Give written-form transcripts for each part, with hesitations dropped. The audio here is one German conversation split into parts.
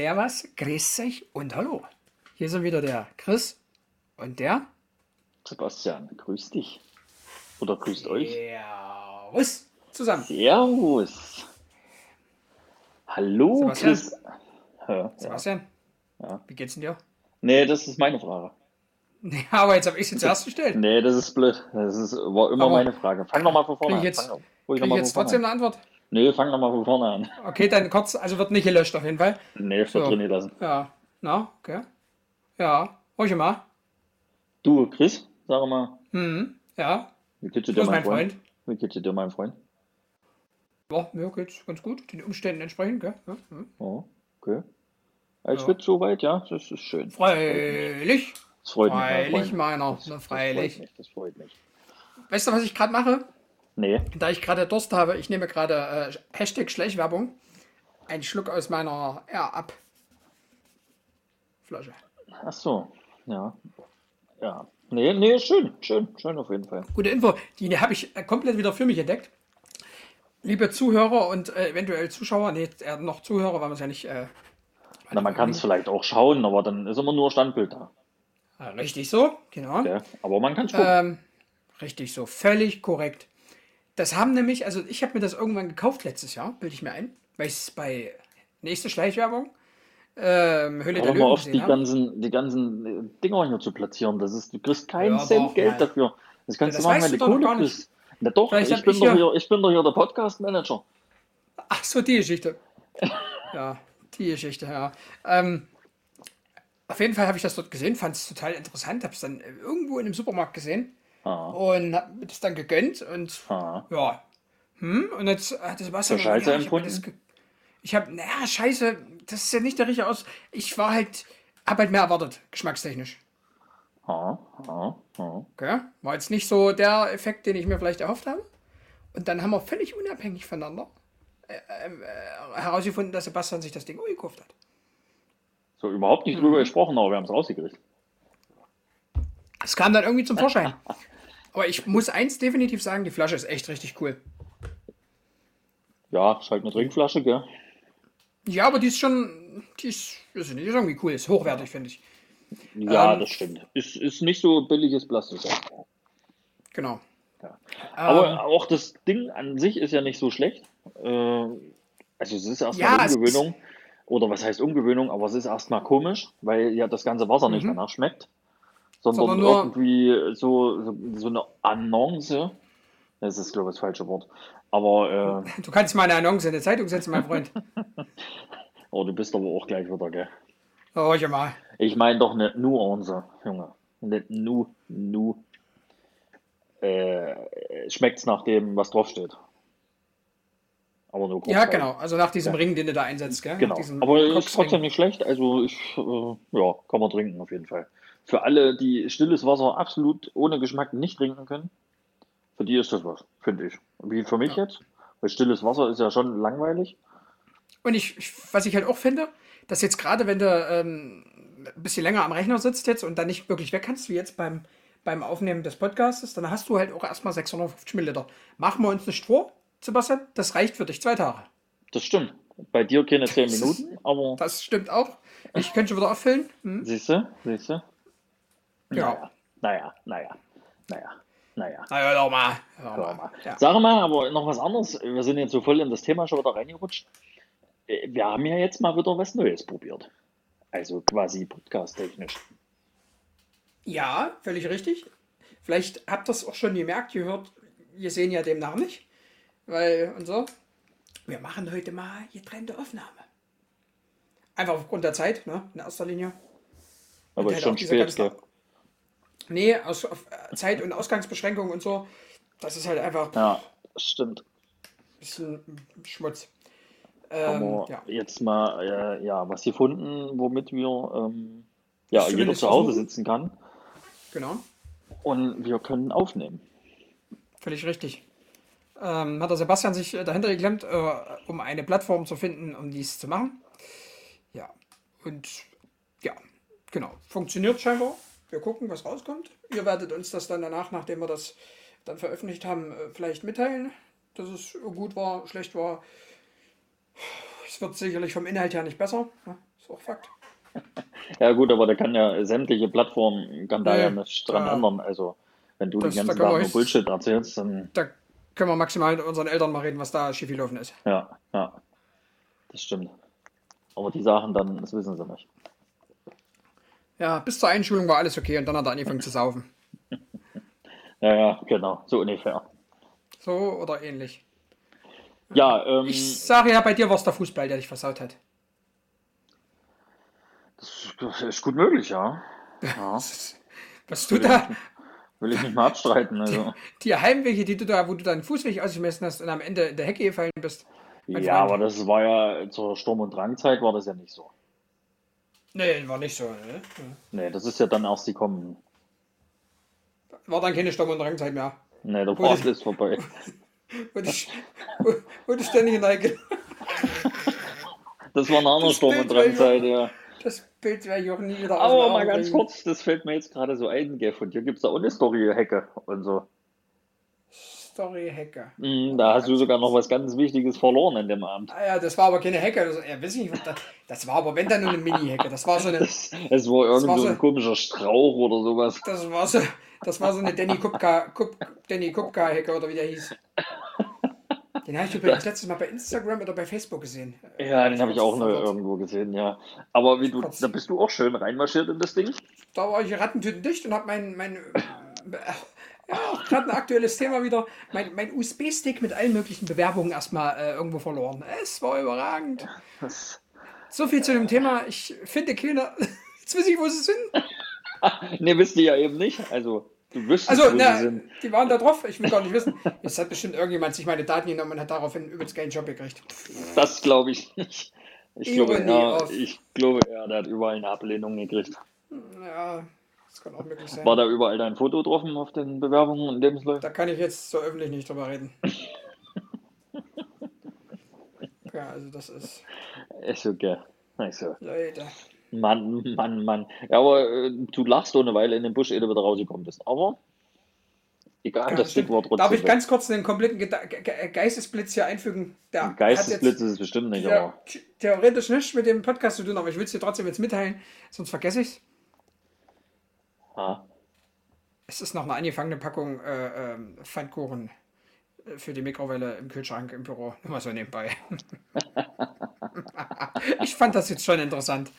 Servus, grüß euch und hallo. Hier sind wieder der Chris und der Sebastian, grüß dich. Oder grüßt euch. Servus zusammen. Servus. Hallo, Sebastian, Chris. Ja, ja, Sebastian, ja. wie geht's denn dir? Nee, das ist meine Frage. Ja, aber jetzt habe ich sie zuerst gestellt. Nee, das ist blöd. War immer Aber meine Frage. Fang nochmal von vorne kriege ich an. jetzt, Ruhig krieg ich nochmal von jetzt vorne an. trotzdem eine Antwort? Nee, fang nochmal von vorne an. Okay, dann kurz, also wird nicht gelöscht auf jeden Fall. Nee, wird So, drin lassen. ja, na, okay. Ja, ruhig mal. Du, Chris, sag mal, Ja, wie geht's dir, so ist mein mein Freund? Freund. Wie geht's dir, mein Freund? Ja, mir geht's ganz gut, den Umständen entsprechend, gell? Ja, Oh, okay. Alles ja. fit soweit, ja? Das ist schön. Das freut mich. Freilich, Das freut mich, mein freilich Freund. meiner, Das, ne, das freut freilich. mich, das freut mich. Weißt du, was ich gerade mache? Nee. Da ich gerade Durst habe, ich nehme gerade Hashtag Schleichwerbung einen Schluck aus meiner Air-Up-Flasche. Ach so, ja. Ja. Nee, nee, schön, schön, schön auf jeden Fall. Gute Info, die habe ich komplett wieder für mich entdeckt. Liebe Zuhörer und eventuell Zuschauer, nee, noch Zuhörer, weil wir es ja nicht Na, man kann es vielleicht auch schauen, aber dann ist immer nur Standbild da. richtig so, genau. Gell? Aber man kann es gucken. Richtig so, völlig korrekt. Das haben nämlich, also ich habe mir das irgendwann gekauft letztes Jahr, bilde ich mir ein, weil ich es bei nächste Schleichwerbung, Höhle Hör der doch mal Löwen auf, gesehen habe. die ganzen Dinger hier zu platzieren. Du kriegst keinen Hör Cent doch Geld mal. dafür. Das Ja, kannst du das machen, wenn weißt du du doch noch Kohle gar nicht. kriegst. Na doch, Vielleicht habe ich hier. ich bin doch hier der Podcast-Manager. Ach so, die Geschichte. Ja, die Geschichte, ja. Auf jeden Fall habe ich das dort gesehen, fand es total interessant, habe es dann irgendwo in einem Supermarkt gesehen Ah, und habe mir das dann gegönnt und ah. ja. Und jetzt hatte Für Sebastian gemeint, Scheiße ja, ich habe mir das. empfunden? Ich habe, naja, scheiße, das ist ja nicht der richtige Aus. Ich war halt, habe halt mehr erwartet, geschmackstechnisch. Ah, ah, ah. Okay? War jetzt nicht so der Effekt, den ich mir vielleicht erhofft habe. Und dann haben wir völlig unabhängig voneinander herausgefunden, dass Sebastian sich das Ding gekauft hat. So überhaupt nicht drüber gesprochen, aber wir haben es rausgekriegt. Es kam dann irgendwie zum Vorschein. Aber ich muss eins definitiv sagen, die Flasche ist echt richtig cool. Ja, ist halt eine Trinkflasche, gell? Ja, aber die ist schon, weiß ich nicht, die ist irgendwie cool, ist hochwertig, finde ich. Ja, das stimmt. Ist nicht so billiges Plastik. Ja. Genau. Ja. Aber auch das Ding an sich ist ja nicht so schlecht. Also es ist erstmal Ja, eine es ist, Umgewöhnung. Oder was heißt Umgewöhnung? Aber es ist erstmal komisch, weil ja das ganze Wasser nicht danach schmeckt, sondern sondern nur, irgendwie so eine Annonce. Das ist, glaube ich, das falsche Wort. Aber, du kannst mal eine Annonce in der Zeitung setzen, mein Freund. oh, du bist aber auch gleich wieder, gell? Oh, ja mal. Ich meine doch eine Nuance, Junge. Eine schmeckt's nach dem, was draufsteht. Aber nur kurz Ja, halt. genau. Also nach diesem Ja, Ring, den du da einsetzt, gell? Nach genau. diesem Aber ist trotzdem Koksring. nicht schlecht. Also ja, kann man trinken auf jeden Fall. Für alle, die stilles Wasser absolut ohne Geschmack nicht trinken können, für die ist das was, finde ich. Wie für mich Ja. jetzt. Weil stilles Wasser ist ja schon langweilig. Und was ich halt auch finde, dass jetzt gerade, wenn du ein bisschen länger am Rechner sitzt jetzt und dann nicht wirklich weg kannst, wie jetzt beim Aufnehmen des Podcasts, dann hast du halt auch erstmal 650 Milliliter. Machen wir uns nicht vor, Sebastian, das reicht für dich 2 Tage. Das stimmt. Bei dir keine 10 Das ist, Minuten, aber das stimmt auch. Ich könnte schon wieder auffüllen. siehst du, siehst du. Ja. Naja, naja, naja, naja, naja. Na, hör doch mal. Hör Hör mal. mal. Ja. Sag mal, aber noch was anderes. Wir sind jetzt so voll in das Thema schon wieder reingerutscht. Wir haben ja jetzt mal wieder was Neues probiert. Also quasi podcast-technisch. Ja, völlig richtig. Vielleicht habt ihr es auch schon gemerkt, gehört, wir sehen ja demnach nicht. Weil und so. Wir machen heute mal getrennte Aufnahme. Einfach aufgrund der Zeit, ne? In erster Linie. Aber Und ist halt auch schon diese spät, ganzen. gell? Nee, auf Zeit- und Ausgangsbeschränkungen und so. Das ist halt einfach ein Ja, das stimmt. bisschen Schmutz. Haben wir Ja. jetzt mal ja, was gefunden, womit wir Das ja, jeder zumindest zu Hause versuchen. sitzen kann Genau. und wir können aufnehmen. Völlig richtig. Hat der Sebastian sich dahinter geklemmt, um eine Plattform zu finden, um dies zu machen. Ja. Und ja, genau. Funktioniert scheinbar. Wir gucken, was rauskommt. Ihr werdet uns das dann danach, nachdem wir das dann veröffentlicht haben, vielleicht mitteilen, dass es gut war, schlecht war. Es wird sicherlich vom Inhalt her nicht besser. Ne? Ist auch Fakt. Ja gut, aber da kann ja sämtliche Plattformen, kann da ja Nee, nichts dran da, ändern. Also wenn du den da ganzen können Tag wir nur höchstens, Bullshit erzählst, dann da können wir maximal mit unseren Eltern mal reden, was da schiefgelaufen ist. ja, ja, das stimmt. Aber die Sachen dann, das wissen sie nicht. Ja, bis zur Einschulung war alles okay und dann hat er angefangen zu saufen. Ja, ja, genau, so ungefähr. So oder ähnlich. Ja, Ich sage ja, bei dir war es der Fußball, der dich versaut hat. das ist gut möglich, ja. Ja, Was du will ich nicht, da, will ich nicht mal abstreiten. die, Also. die Heimwege, die du da, wo du deinen Fußweg ausgemessen hast und am Ende in der Hecke gefallen bist, mein Ja, Freund. aber das war ja zur Sturm- und Drangzeit war das ja nicht so. Nee, war nicht so. Ne? Nee, das ist ja dann erst die kommenden. War dann keine Sturm- und Drangzeit mehr. Nee, da Wo war du, alles vorbei. wo du, wo du ständig in der Das war eine andere Das Sturm- und Bild werde ich Drangzeit, auch, ja. das Bild werde ich auch nie wieder aus den Aber mal Augen ganz kriegen. kurz, das fällt mir jetzt gerade so ein, gell, von dir gibt es da auch eine Story-Hecke und so. Story-Hacker. Warte Da mal hast du ganz sogar noch kurz. was ganz Wichtiges verloren in dem Abend. Ah ja, das war aber keine Hacker. Das, ja, weiß ich nicht, was das war aber wenn dann nur eine Mini-Hacker. Das war so eine, Es war das irgend war so so, ein komischer Strauch oder sowas. das war so, das war so eine Danny Kupka-Hacker oder wie der hieß. Den habe ich übrigens letztes Mal bei Instagram oder bei Facebook gesehen. Ja, War den ich habe ich kurz auch nur verwirrt. irgendwo gesehen, ja. Aber War wie ich du, da kurz. bist du auch schön reinmarschiert in das Ding. Da war ich rattentütendicht und habe ja, auch gerade ein aktuelles Thema wieder, mein USB-Stick mit allen möglichen Bewerbungen erstmal irgendwo verloren. Es war überragend. Das, So viel zu dem Thema. Ich finde keine. Jetzt weiß ich, wo sie sind. ne, wisst ihr ja eben nicht. Also, du wüsstest, Also, wo sie na, sind. die waren da drauf. Ich will gar nicht wissen. Jetzt hat bestimmt irgendjemand sich meine Daten genommen und hat daraufhin übelst geilen Job gekriegt. Das glaube ich nicht. Ironie auf. Ich glaube, der hat überall eine Ablehnung gekriegt. Ja, das kann auch möglich War sein. da überall dein Foto drauf auf den Bewerbungen und Lebensläufen? Da kann ich jetzt so öffentlich nicht drüber reden. Ja, also das ist. Ist okay. Also, Leute. Mann, Mann, Mann. Ja, aber du lachst so eine Weile in den Busch, ehe du wieder rausgekommen bist. Aber egal, Ja, das das Ding stimmt. war Darf trotzdem ich weg. ganz kurz einen kompletten Geistesblitz hier einfügen? Ein Der hat Geistesblitz jetzt ist es bestimmt nicht, ja, aber theoretisch nichts mit dem Podcast zu tun, aber ich will es dir trotzdem jetzt mitteilen, sonst vergesse ich es. ja, Es ist noch eine angefangene Packung Pfannkuchen für die Mikrowelle im Kühlschrank im Büro. Nur mal so nebenbei. Ich fand das jetzt schon interessant.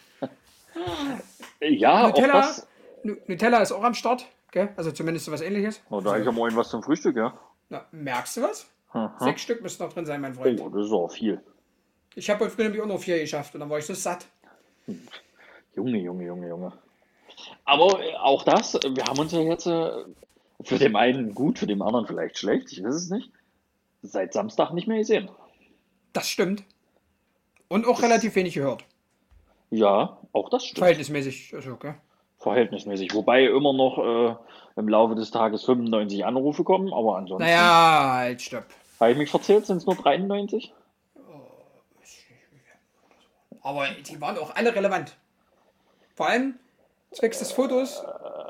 ja, auch Nutella, das. Nutella ist auch am Start, gell? Also zumindest so was ähnliches. Oh, da habe ich Also, ja morgen was zum Frühstück, ja. na, merkst du was? Aha. 6 Stück müssen noch drin sein, mein Freund. Oh, das ist auch viel. Ich habe heute früh nämlich auch noch 4 geschafft und dann war ich so satt. Junge, Junge, Junge, Junge. Aber auch das, wir haben uns ja jetzt für den einen gut, für den anderen vielleicht schlecht, ich weiß es nicht, seit Samstag nicht mehr gesehen. Das stimmt. Und auch Das, relativ wenig gehört. ja, auch das stimmt. Verhältnismäßig. Also, okay. Verhältnismäßig. Wobei immer noch im Laufe des Tages 95 Anrufe kommen, aber ansonsten, Naja, halt, stopp. habe ich mich verzählt, sind es nur 93? Aber die waren auch alle relevant. Vor allem zwecks des Fotos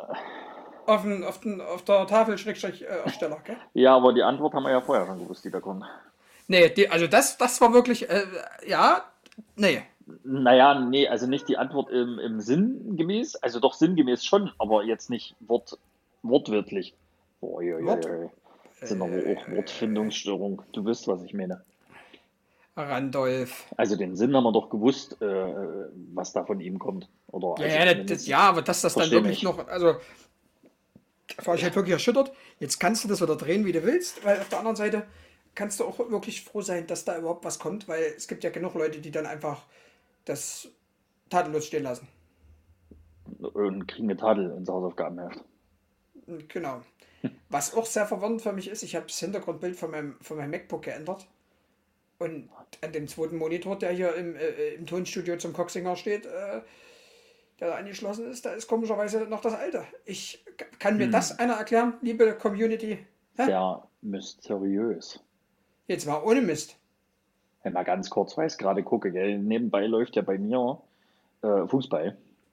auf der Tafel Aufsteller, gell? Ja, aber die Antwort haben wir ja vorher schon gewusst, die da kommt. Nee, also das war wirklich, ja, nee. Naja, nee, also nicht die Antwort im sinngemäß, also doch sinngemäß schon, aber jetzt nicht wortwörtlich. Oh, je, je, Wort. je. Das sind aber auch Wortfindungsstörungen. Du weißt, was ich meine. Randolph. Also den Sinn haben wir doch gewusst, was da von ihm kommt. Oder Ja, also ja, zumindest, ja, aber dass das dann versteh wirklich mich. noch, also war ich halt wirklich erschüttert. Jetzt kannst du das wieder drehen, wie du willst, weil auf der anderen Seite kannst du auch wirklich froh sein, dass da überhaupt was kommt, weil es gibt ja genug Leute, die dann einfach das tadellos stehen lassen. Und kriegen eine Tadel ins Hausaufgabenheft. Genau. Was auch sehr verwirrend für mich ist, ich habe das Hintergrundbild von meinem MacBook geändert. Und an dem zweiten Monitor, der hier im Tonstudio zum Coxinger steht, der da angeschlossen ist, da ist komischerweise noch das alte. Kann mir das einer erklären, liebe Community? Hä? Sehr mysteriös. Jetzt mal ohne Mist. Wenn mal ganz kurz, weil ich gerade gucke, gell? Nebenbei läuft ja bei mir Fußball.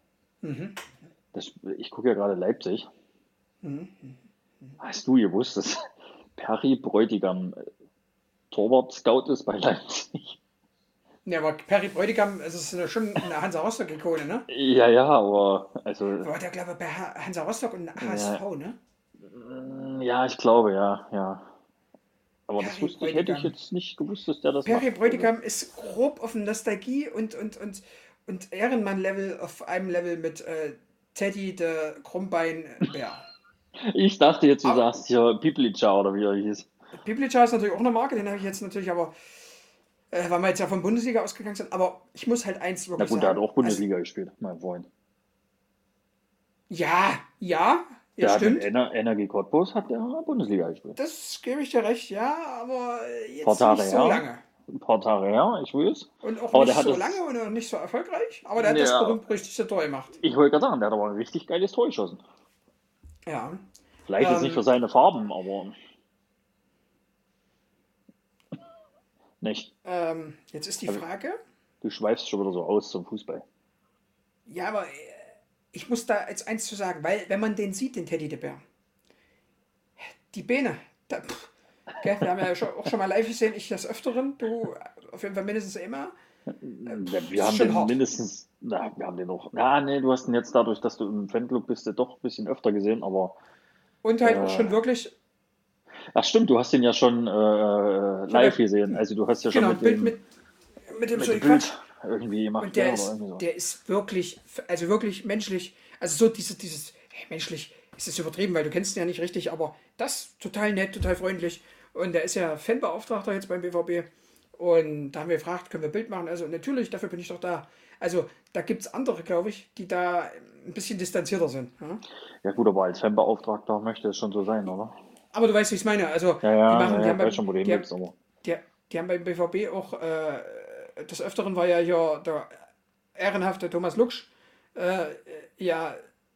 Ich gucke ja gerade Leipzig. Hast du gewusst, dass Perry Bräutigam Torwart-Scout ist bei Leipzig? Ja, aber Perry Bräutigam, es ist schon eine Hansa Rostock-Ikone, ne? Ja, ja, aber also, War der, glaube ich, bei Hansa Rostock und ja, HSV, ne? ja, ich glaube, ja, ja. Aber das Perry hätte ich Bräutigam. jetzt nicht gewusst, dass der das Perry macht. Also, Bräutigam ist grob auf Nostalgie und Ehrenmann-Level auf einem Level mit Teddy, der Krummbein-Bär. ich dachte jetzt, du Aber sagst hier Piplica oder wie er hieß. Biblica ist natürlich auch eine Marke, den habe ich jetzt natürlich aber, weil wir jetzt ja von Bundesliga ausgegangen sind, aber ich muss halt eins Na wirklich gut, der hat sagen. auch Also, Bundesliga gespielt, mein Freund. ja, Der hat mit stimmt. Energie Cottbus hat der Bundesliga gespielt. Das gebe ich dir recht, ja, aber Ein paar jetzt Tage nicht so her, lange. ein paar Tage her, ich weiß. Und auch Aber der nicht hat so lange das, und auch nicht so erfolgreich, aber der hat das ja, berühmt-berüchtigte Tor gemacht. ich wollte gerade sagen, der hat aber ein richtig geiles Tor geschossen. Ja. Vielleicht jetzt nicht für Ähm, seine Farben, aber nicht. jetzt ist die Also, Frage, du schweifst schon wieder so aus zum Fußball. ja, aber ich muss da jetzt eins zu sagen, weil wenn man den sieht, den Teddy de Bär, die Beine, gell, wir haben ja auch schon mal live gesehen, ich des Öfteren, du auf jeden Fall mindestens immer, Wir das ist haben schon den hart. mindestens, na, wir haben den noch. Ja, nee, du hast ihn jetzt dadurch, dass du im Fanclub bist, ja doch ein bisschen öfter gesehen, aber Und halt auch äh, schon wirklich, ach stimmt, du hast ihn ja schon ich habe live gesehen. Also du hast ja schon genau ein Bild mit dem mit so dem Bild gequatscht. irgendwie gemacht, Und gell, oder irgendwie so. der ist wirklich, also wirklich menschlich, also so menschlich ist es übertrieben, weil du kennst ihn ja nicht richtig, aber das total nett, total freundlich. Und der ist ja Fanbeauftragter jetzt beim BVB. Und da haben wir gefragt, können wir ein Bild machen? Also natürlich, dafür bin ich doch da. Also da gibt es andere, glaube ich, die da ein bisschen distanzierter sind. Ja? Ja gut, aber als Fanbeauftragter möchte es schon so sein, oder? Aber du weißt, wie ich es meine. Also Ja, die ja, ja, machen, ja, ich weiß schon, wo du hin die haben, willst, aber. die, die haben beim BVB auch, des Öfteren war ja hier der ehrenhafte Thomas Luksch, ja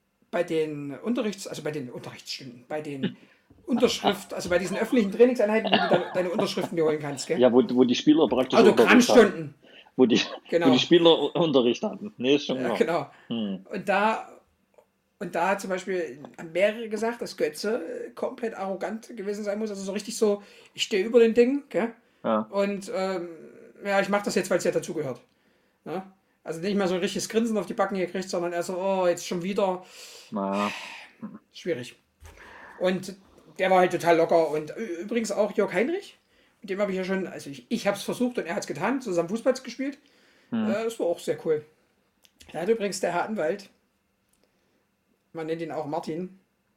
bei den Unterrichtsstunden, bei den also bei diesen öffentlichen Trainingseinheiten, wo du dann deine Unterschriften dir holen kannst, gell? Ja, wo die Spieler praktisch Unterricht hatten. Autogrammstunden, Wo die, wo die genau. Spieler Unterricht hatten. Nee, ist schon Ja, klar. genau. Hm. Und da hat zum Beispiel haben mehrere gesagt, dass Götze komplett arrogant gewesen sein muss. Also so richtig so, ich stehe über den Ding, gell? Ja, Und ja, ich mache das jetzt, weil es ja dazugehört. Ja? Also nicht mal so ein richtiges Grinsen auf die Backen gekriegt, sondern eher so, oh, jetzt schon wieder naja. schwierig. Und der war halt total locker. Und übrigens auch Jörg Heinrich, mit dem habe ich ja schon, also ich habe es versucht und er hat es getan, zusammen Fußball gespielt. Hm. Das war auch sehr cool. Da hat übrigens der Herr Anwalt, man nennt ihn auch Martin,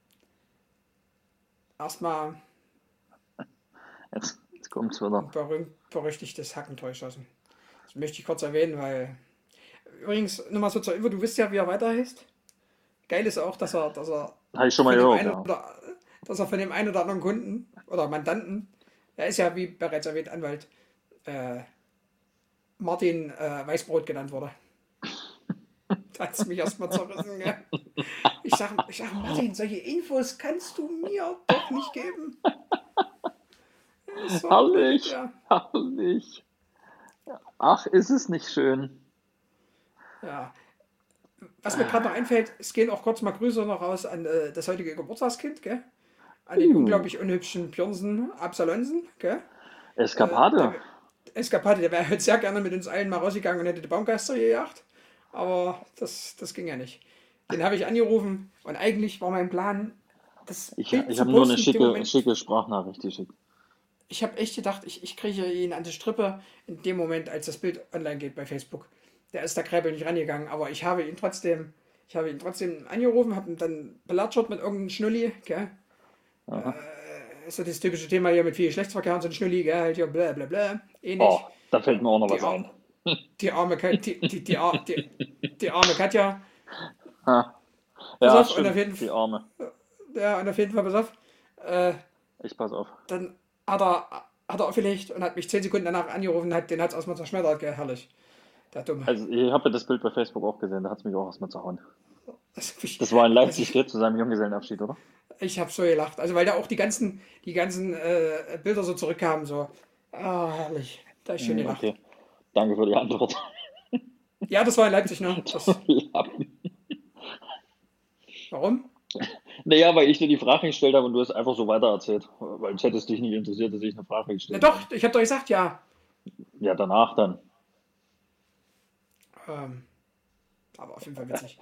erstmal Jetzt kommt's wieder. ein berühmt-berüchtigtes Hackentor geschossen. Das möchte ich kurz erwähnen, weil. Übrigens, nur mal so zur Info, du wisst ja, wie er weiter heißt. Geil ist auch, dass er Habe ich schon mal von dem gehört, einen ja. oder dass er von dem einen oder anderen Kunden oder Mandanten, er ist ja wie bereits erwähnt Anwalt, äh, Martin Weißbrot genannt wurde. Da hat es mich erstmal zerrissen. Ja. Ich sag, Martin, solche Infos kannst du mir doch nicht geben. Das war wirklich, Herrlich, ja. herrlich. Ach, ist es nicht schön. Ja. Was mir gerade noch einfällt, es gehen auch kurz mal Grüße noch raus an das heutige Geburtstagskind, gell? An den Uh, unglaublich unhübschen Björnsen Absalonsen, gell? Eskapade. Der Eskapade, der wäre halt sehr gerne mit uns allen mal rausgegangen und hätte die Baumgeister gejagt. Aber das ging ja nicht. Den habe ich angerufen und eigentlich war mein Plan, das Bild Ich zu habe nur eine posten in dem Moment. schicke Sprachnachricht geschickt. Ich habe echt gedacht, ich kriege ihn an die Strippe in dem Moment, als das Bild online geht bei Facebook. Der ist da Kräbel nicht rangegangen, aber ich habe ihn trotzdem angerufen, habe ihn dann belatschert mit irgendeinem Schnulli, gell? Aha. Ist so das typische Thema hier mit viel Geschlechtsverkehr und so ein Schnulli, gell? Halt hier bla bla bla, Oh, ähnlich. da fällt mir auch noch Die, was Ar ein. die arme die arme Katja, Ha. pass Ja, auf, und auf stimmt. jeden, Die Arme. ja, und auf jeden Fall, pass auf, äh, Ich pass auf. dann hat er aufgelegt und hat mich 10 Sekunden danach angerufen, den hat es erstmal zerschmettert, gell? Herrlich. Der Dumme. Also ich habe ja das Bild bei Facebook auch gesehen, da hat es mich auch erstmal zerhauen. Also Das war in also Leipzig, gell, zu seinem Junggesellenabschied, oder? ich habe so gelacht. Also weil da auch die ganzen Bilder so zurückkamen, so. Ah, herrlich. Da ist schön Hm, gelacht. okay. Danke für die Antwort. Ja, das war in Leipzig, ne? Lappen. Warum? Naja, weil ich dir die Frage gestellt habe und du hast einfach so weitererzählt. Weil es hätte es dich nicht interessiert, dass ich eine Frage Na gestellt habe. doch, ich habe doch gesagt, ja. Ja, danach dann. Ähm, aber auf jeden Fall witzig.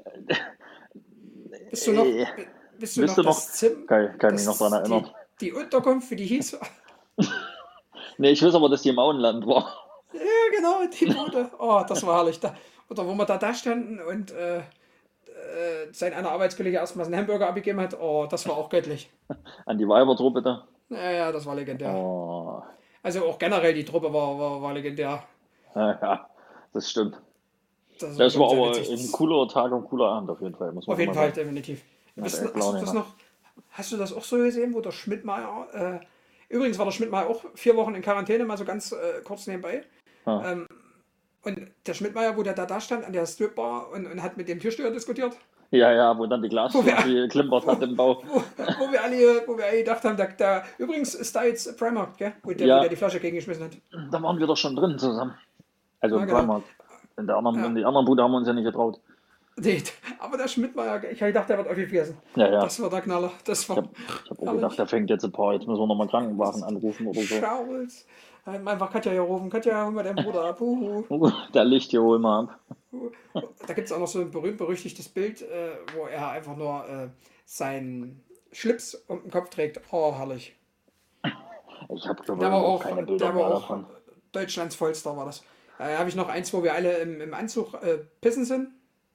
Bist du noch, Äh, bist du Wisst noch ihr noch? Kann mich noch daran erinnern. die Unterkunft, wie die hieß? Nee, ich weiß aber, dass die im Auenland war. Ja, genau, die Bude. Oh, das war herrlich. Oder wo wir da standen und sein einer Arbeitskollege erstmal einen Hamburger abgegeben hat. Oh, das war auch göttlich. An die Weibertruppe da. Ja, ja, das war legendär. Oh, Also auch generell die Truppe war legendär. ja, das stimmt. Das war Das war schon sehr aber witzig. ein cooler Tag und cooler Abend auf jeden Fall, muss man Auf schon jeden mal Fall, sagen. definitiv. Hat Hast echt du Laune das gemacht. noch? Hast du das auch so gesehen, wo der Schmidtmeier, übrigens war der Schmidtmeier auch 4 Wochen in Quarantäne, mal so ganz kurz nebenbei. Ja. Und der Schmidtmeier, wo der da stand an der Stripbar und hat mit dem Türsteher diskutiert, Ja, wo dann die wo wir, Glasflasche geklimpert hat wo, im Bau. wo wir alle gedacht haben, übrigens ist da jetzt Primark, gell? Wo der Ja, die Flasche gegengeschmissen hat. da waren wir doch schon drin zusammen. Also Ja, im genau. Primark. In Ja. die anderen Bude haben wir uns ja nicht getraut. Nee, aber der Schmidtmeier, ich hab gedacht, der wird aufgegessen. Ja. Das war der Knaller. Das war Ich hab auch gedacht, herrlich. der fängt jetzt ein paar. Jetzt müssen wir nochmal Krankenwagen anrufen oder so. Charles. Einfach Katja hier rufen. Katja, hol mal deinen Bruder ab. Der Licht hier hol mal ab. Da gibt es auch noch so ein berühmt-berüchtigtes Bild, wo er einfach nur seinen Schlips um den Kopf trägt. Oh, herrlich. Ich habe Der war auch auch, keine Bilder der war mehr auch davon. Deutschlands vollster war das. Habe ich noch eins, wo wir alle im Anzug pissen sind.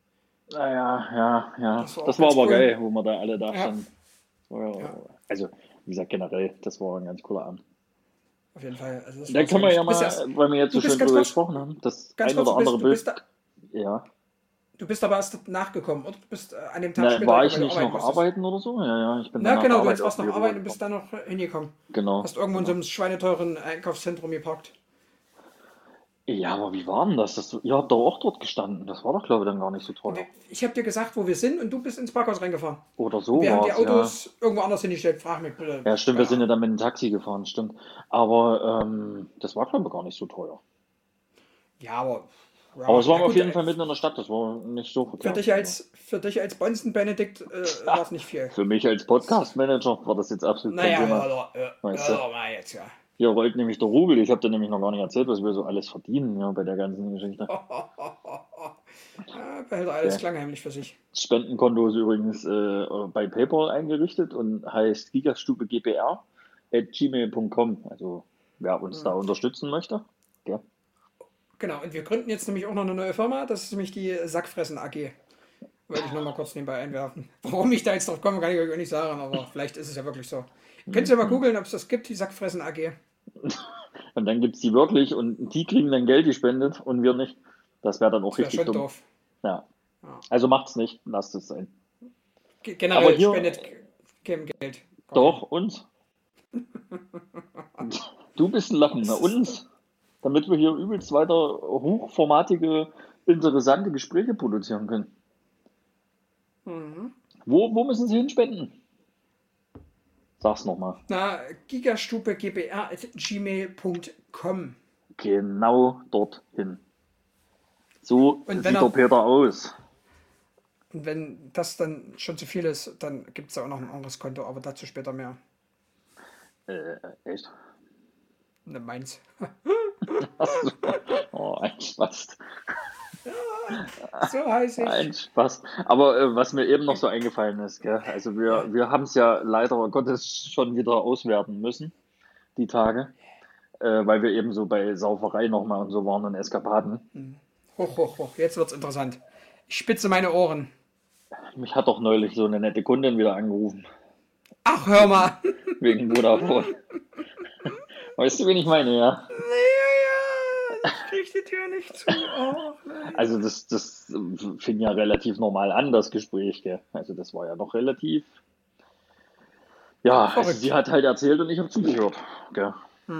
Ja. Das war auch Das war ganz aber cool. geil, wo wir da alle da Ja, standen. ja, Also, wie gesagt, generell, das war ein ganz cooler Abend. auf jeden Fall. Also das Dann war können sehr wir lustig. ja mal, weil wir jetzt so Du bist schön ganz drüber kurz, gesprochen haben, das ganz ein kurz, oder andere du bist Bild. da, Ja. du bist aber erst nachgekommen, oder? Du bist an dem Tag Na, später war gekommen, ich weil du nicht arbeiten noch musstest. arbeiten oder so? Ja, ich bin dann Na nach der genau, du Arbeit warst noch irgendwie arbeiten und bist rübergekommen. dann noch hingekommen. Genau, Hast irgendwo in so genau. einem schweineteuren Einkaufszentrum geparkt. Ja, aber wie war denn das? Ihr habt doch auch dort gestanden. Das war doch, glaube ich, dann gar nicht so teuer. Ich habe dir gesagt, wo wir sind und du bist ins Parkhaus reingefahren. Oder Und so wir haben war die es, ja. Autos irgendwo anders hingestellt. Frag mich bitte. Ja, stimmt, wir Keine sind ja Ahnung. dann mit dem Taxi gefahren, stimmt. Aber das war, glaube ich, gar nicht so teuer. Ja, aber Aber es ja, war na auf gut, jeden Fall mitten in der Stadt, das war nicht so für verkehrt. dich Also, als Bonzen-Benedikt war es nicht viel. für mich als Podcast-Manager war das jetzt absolut kein Naja, Thema. hör Weißt du? doch mal jetzt, ja. Hier rollt nämlich der Rubel. Ich habe dir nämlich noch gar nicht erzählt, was wir so alles verdienen, ja, bei der ganzen Geschichte. Ja, behält er alles Okay. klangheimlich für sich. Das Spendenkonto ist übrigens bei PayPal eingerichtet und heißt gigastube@gmail.com. Also wer uns da unterstützen möchte. Ja. Genau, und wir gründen jetzt nämlich auch noch eine neue Firma. Das ist nämlich die Sackfressen AG. Wollte ich nur mal kurz nebenbei einwerfen. Warum ich da jetzt drauf komme, kann ich euch auch nicht sagen, aber vielleicht ist es ja wirklich so. Könnt ihr mal googeln, ob es das gibt, die Sackfressen AG. Und dann gibt es die wirklich und die kriegen dann Geld gespendet und wir nicht. Das wäre dann auch Das wäre richtig schon dumm. doof. Ja. Ja. Also macht's nicht, lasst es sein. Aber Generell hier spendet kein Geld. Gar doch uns. Du bist ein Lappen, na, uns. Damit wir hier übelst weiter hochformatige, interessante Gespräche produzieren können. Wo müssen Sie hinspenden? Sag's nochmal. Na, gigastube.gbr@gmail.com. Genau dorthin. So Und sieht der Peter aus. wenn das dann schon zu viel ist, dann gibt es ja auch noch ein anderes Konto, aber dazu später mehr. Echt? Ne, meins. Achso. Oh, ein Spaß. So heiß ich. Ein Spaß. Aber was mir eben noch so eingefallen ist, gell? Also wir haben es ja leider Gottes schon wieder auswerten müssen, die Tage, weil wir eben so bei Sauferei nochmal und so waren und Eskapaden. Hoch. Jetzt wird's interessant. Ich spitze meine Ohren. Mich hat doch neulich so eine nette Kundin wieder angerufen, Ach, hör mal. wegen Vodafone. Weißt du, wen ich meine, ja? Ja, ich krieg die Tür nicht zu. Oh, nein. Also das fing ja relativ normal an, das Gespräch, gell? Also das war ja noch relativ. Ja, also Verrückt. sie hat halt erzählt und ich habe zugehört, gell?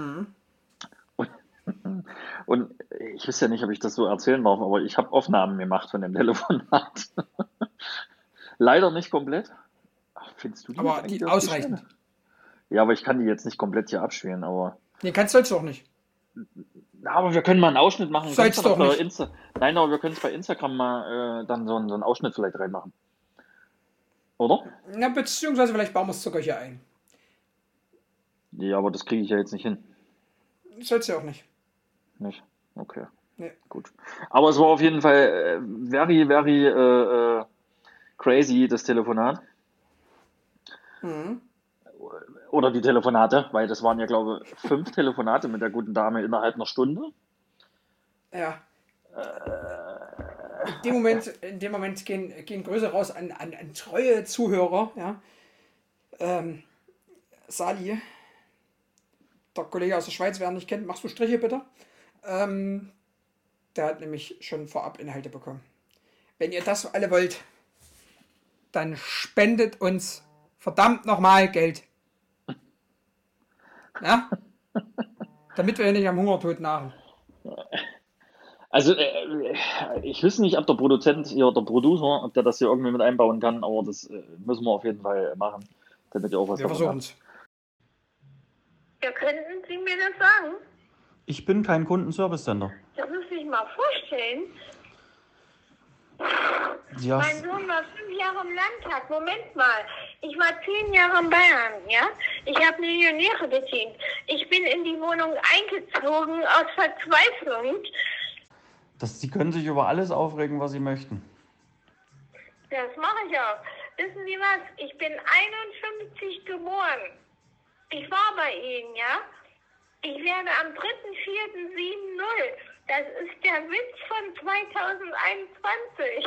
Und ich weiß ja nicht, ob ich das so erzählen darf, aber ich habe Aufnahmen gemacht von dem Telefonat. Leider nicht komplett. Ach, findest du die jetzt Aber eigentlich die auf die ausreichend. Schnelle? Ja, aber ich kann die jetzt nicht komplett hier abspielen, aber. Nee, sollst du auch nicht. Na, aber wir können mal einen Ausschnitt machen. Sollst Kannst du doch noch nicht. Nein, aber wir können es bei Instagram mal dann so einen Ausschnitt vielleicht reinmachen. Oder? Ja, beziehungsweise vielleicht bauen wir es sogar hier ein. Ja, aber das kriege ich ja jetzt nicht hin. Sollst du auch nicht. Nicht? Okay. Nee. Gut. Aber es war auf jeden Fall very, very crazy, das Telefonat. Mhm. Oder die Telefonate, weil das waren ja, glaube ich, 5 Telefonate mit der guten Dame innerhalb einer Stunde. Ja. Äh, In dem Moment gehen Grüße raus an treue Zuhörer. Ja. Ähm, Sali, der Kollege aus der Schweiz, wer ihn nicht kennt, machst du Striche bitte? Ähm, Der hat nämlich schon vorab Inhalte bekommen. Wenn ihr das alle wollt, dann spendet uns verdammt nochmal Geld. Ja? Damit wir nicht am Hungertod nagen. Also, ich weiß nicht, ob der Produzent hier, der Producer, ob der das hier irgendwie mit einbauen kann, aber das müssen wir auf jeden Fall machen, damit ihr auch was Wir davon versuchen habt. es. Ja, könnten Sie mir das sagen? Ich bin kein Kundenservice-Sender. Das muss ich mal vorstellen. Ja, Mein Sohn war 5 Jahre im Landtag. Moment mal. Ich war 10 Jahre in Bayern, ja? Ich habe Millionäre bedient. Ich bin in die Wohnung eingezogen aus Verzweiflung. Sie können sich über alles aufregen, was Sie möchten. Das mache ich auch. Wissen Sie was? Ich bin 51 geboren. Ich war bei Ihnen, ja? Ich werde am 3.4.70. Das ist der Witz von 2021.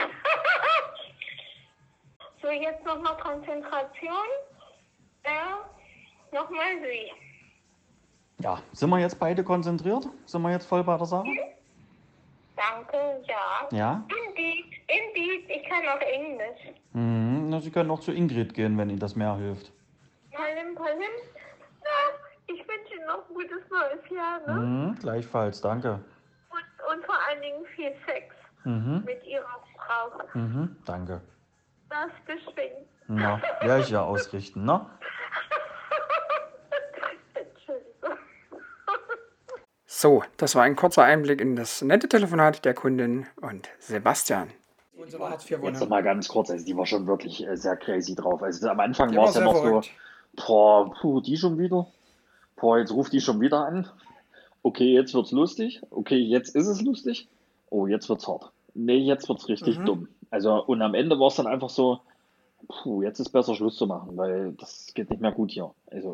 So, jetzt nochmal Konzentration. Ja, nochmal Sie. Ja, sind wir jetzt beide konzentriert? Sind wir jetzt voll bei der Sache? Danke, ja. Ja? Indeed, ich kann auch Englisch. Na, Sie können auch zu Ingrid gehen, wenn Ihnen das mehr hilft. Palim. Ja, ich wünsche Ihnen noch ein gutes neues Jahr, ne? Gleichfalls, danke. Und vor allen Dingen viel Sex mit Ihrer Frau. Danke. Das beschwingt. Na, werde ich ja ausrichten, ne? Entschuldigung. So, das war ein kurzer Einblick in das nette Telefonat der Kundin und Sebastian. Unsere Jetzt Hartz-IV-Wohnung. mal ganz kurz, also die war schon wirklich sehr crazy drauf. Also am Anfang Die war war es ja sehr noch verrückt. so, die schon wieder. Jetzt ruft die schon wieder an. Okay, jetzt wird's lustig. Okay, jetzt ist es lustig. Oh, jetzt wird's hart. Nee, jetzt wird's richtig dumm. Also, und am Ende war es dann einfach so, jetzt ist besser Schluss zu machen, weil das geht nicht mehr gut hier.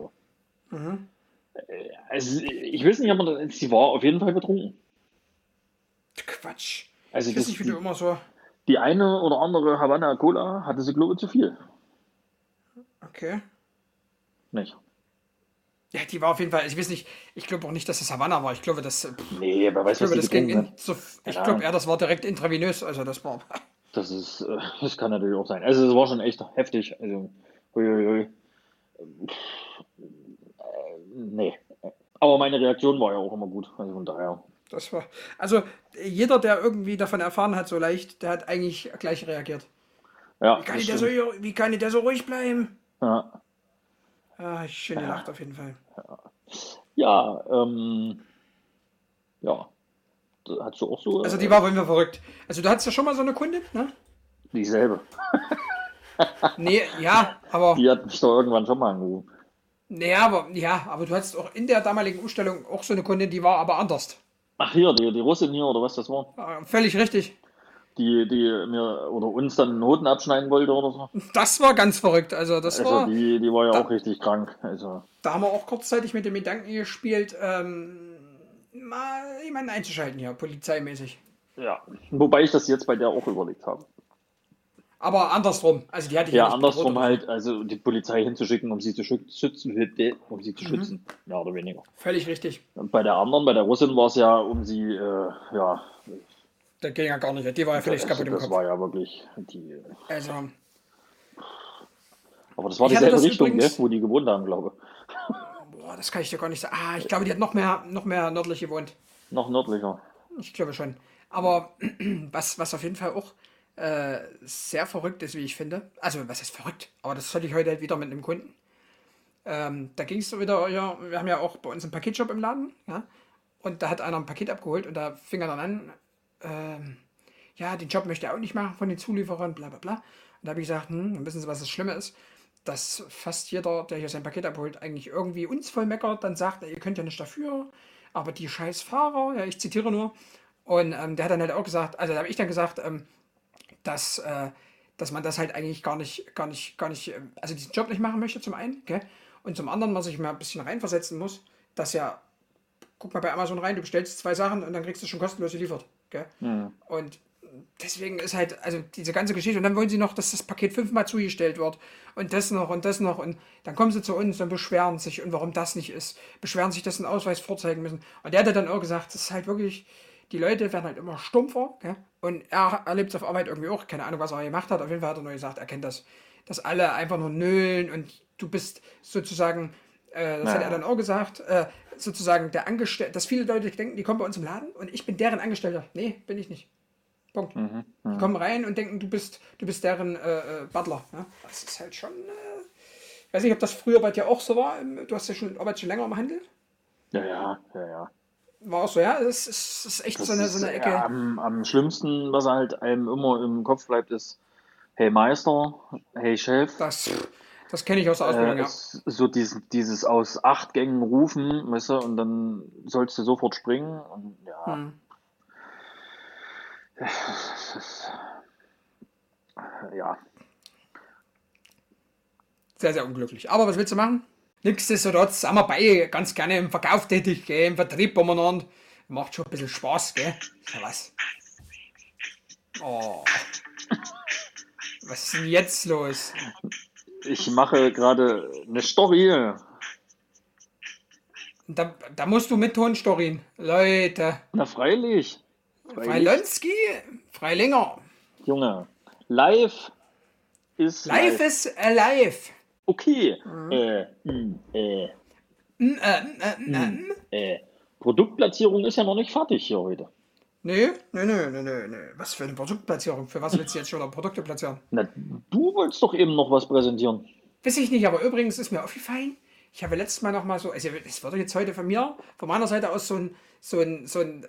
Also ich weiß nicht, aber sie war auf jeden Fall betrunken. Quatsch. Also Ich weiß nicht, wie du immer so. die eine oder andere Havana Cola hatte sie, glaube ich, zu viel. Okay. Nicht? Ja, die war auf jeden Fall. Also ich weiß nicht, ich glaube auch nicht, dass es Havanna war. Ich glaube, Nee, wer weiß, ich was glaube, die das ging getrunken hat. ich Keine glaube Ahnung. eher, das war direkt intravenös. Also das war. Das kann natürlich auch sein. Also es war schon echt heftig. Also, huiuiui. Nee. Aber meine Reaktion war ja auch immer gut. Also von daher. Das war. Also jeder, der irgendwie davon erfahren hat, so leicht, der hat eigentlich gleich reagiert. Ja, Wie kann das ich der so, stimmt. wie kann ich der so ruhig bleiben? Ja, Ah, schön gelacht auf jeden Fall. ja, ja. Hast du auch so Also die war auf jeden Fall verrückt. Also du hattest ja schon mal so eine Kundin, ne? dieselbe? Nee, ja, aber. Die hat mich doch irgendwann schon mal angerufen. Nee, ja, aber du hattest auch in der damaligen Umstellung auch so eine Kundin, die war aber anders. Ach hier, die Russin hier oder was das war? Völlig richtig. Die mir oder uns dann Noten abschneiden wollte oder so. Das war ganz verrückt. Also das Also war. die war ja Da, auch richtig krank. Also da haben wir auch kurzzeitig mit dem Gedanken gespielt, mal jemanden einzuschalten hier, polizeimäßig. ja. Wobei ich das jetzt bei der auch überlegt habe. Aber andersrum. Also die hatte ich Ja, nicht bedroht andersrum oder so. halt, also die Polizei hinzuschicken, um sie zu schützen, mehr oder weniger. Völlig richtig. Und bei der anderen, bei der Russin war es ja, um sie, ja, Das ging ja gar nicht. Die war ja völlig kaputt im das Kopf. war ja wirklich die. Also, Aber das war ich hatte dieselbe das Richtung, übrigens. gell, wo die gewohnt haben, glaube Boah, das kann ich dir gar nicht sagen. Ah, ich glaube, die hat noch mehr nördlich gewohnt. ich. Noch nördlicher. Ich glaube schon. Aber was auf jeden Fall auch sehr verrückt ist, wie ich finde. Also, was ist verrückt? Aber das hatte ich heute halt wieder mit einem Kunden. Da ging es so wieder, ja, wir haben ja auch bei uns einen Paketshop im Laden, ja. Und da hat einer ein Paket abgeholt und da fing er dann an, ja, den Job möchte er auch nicht machen von den Zulieferern, bla bla bla. Und da habe ich gesagt, dann wissen Sie, was das Schlimme ist? Dass fast jeder, der hier sein Paket abholt, eigentlich irgendwie uns voll meckert, dann sagt, ihr könnt ja nicht dafür, aber die scheiß Fahrer, ja, ich zitiere nur, Und der hat dann halt auch gesagt, also da habe ich dann gesagt, dass man das halt eigentlich gar nicht, also diesen Job nicht machen möchte, zum einen, gell? Und zum anderen, man sich mal ein bisschen reinversetzen muss, dass ja, guck mal bei Amazon rein, du bestellst 2 Sachen und dann kriegst du schon kostenlos geliefert, gell? Und deswegen ist halt, also diese ganze Geschichte, und dann wollen sie noch, dass das Paket 5-mal zugestellt wird und das noch und das noch und dann kommen sie zu uns und beschweren sich und warum das nicht ist, beschweren sich, dass sie einen Ausweis vorzeigen müssen. Und der hat dann auch gesagt, das ist halt wirklich, die Leute werden halt immer stumpfer, gell? Und er erlebt es auf Arbeit irgendwie auch, keine Ahnung, was er gemacht hat, auf jeden Fall hat er nur gesagt, er kennt das, dass alle einfach nur nölen und du bist sozusagen, das hat er dann auch gesagt, sozusagen der Angestellte, dass viele Leute denken, die kommen bei uns im Laden und ich bin deren Angestellter. Nee, bin ich nicht. Punkt. Die kommen rein und denken, du bist deren Butler. Ja? Das ist halt schon, ich weiß nicht, ob das früher bei dir auch so war, du hast ja arbeitest schon länger im Handel. Ja. War auch so, ja, das ist echt Das so eine ist, Ecke. am schlimmsten, was halt einem immer im Kopf bleibt, ist, hey Meister, hey Chef. Das kenne ich aus der Ausbildung, ja. So dieses aus 8 Gängen rufen, weißt du, und dann sollst du sofort springen. Und ja, das ist, ja, Sehr, sehr unglücklich. Aber was willst du machen? Nichtsdestotrotz sind wir beide ganz gerne im Verkauf tätig, gell? Im Vertrieb umeinander. Macht schon ein bisschen Spaß, gell? Ja, was? Oh. Was ist denn jetzt los? ich mache gerade eine Story. Da musst du mit Tonstorien. Leute. Na freilich. Freilonski, Freilinger. Junge, live ist Life is alive. Okay. Produktplatzierung ist ja noch nicht fertig hier heute. Nee. Was für eine Produktplatzierung? Für was willst du jetzt schon Produkte platzieren? Na, du wolltest doch eben noch was präsentieren. Weiß ich nicht, aber übrigens ist mir aufgefallen, ich habe letztes Mal noch mal so, also es wird jetzt heute von meiner Seite aus so ein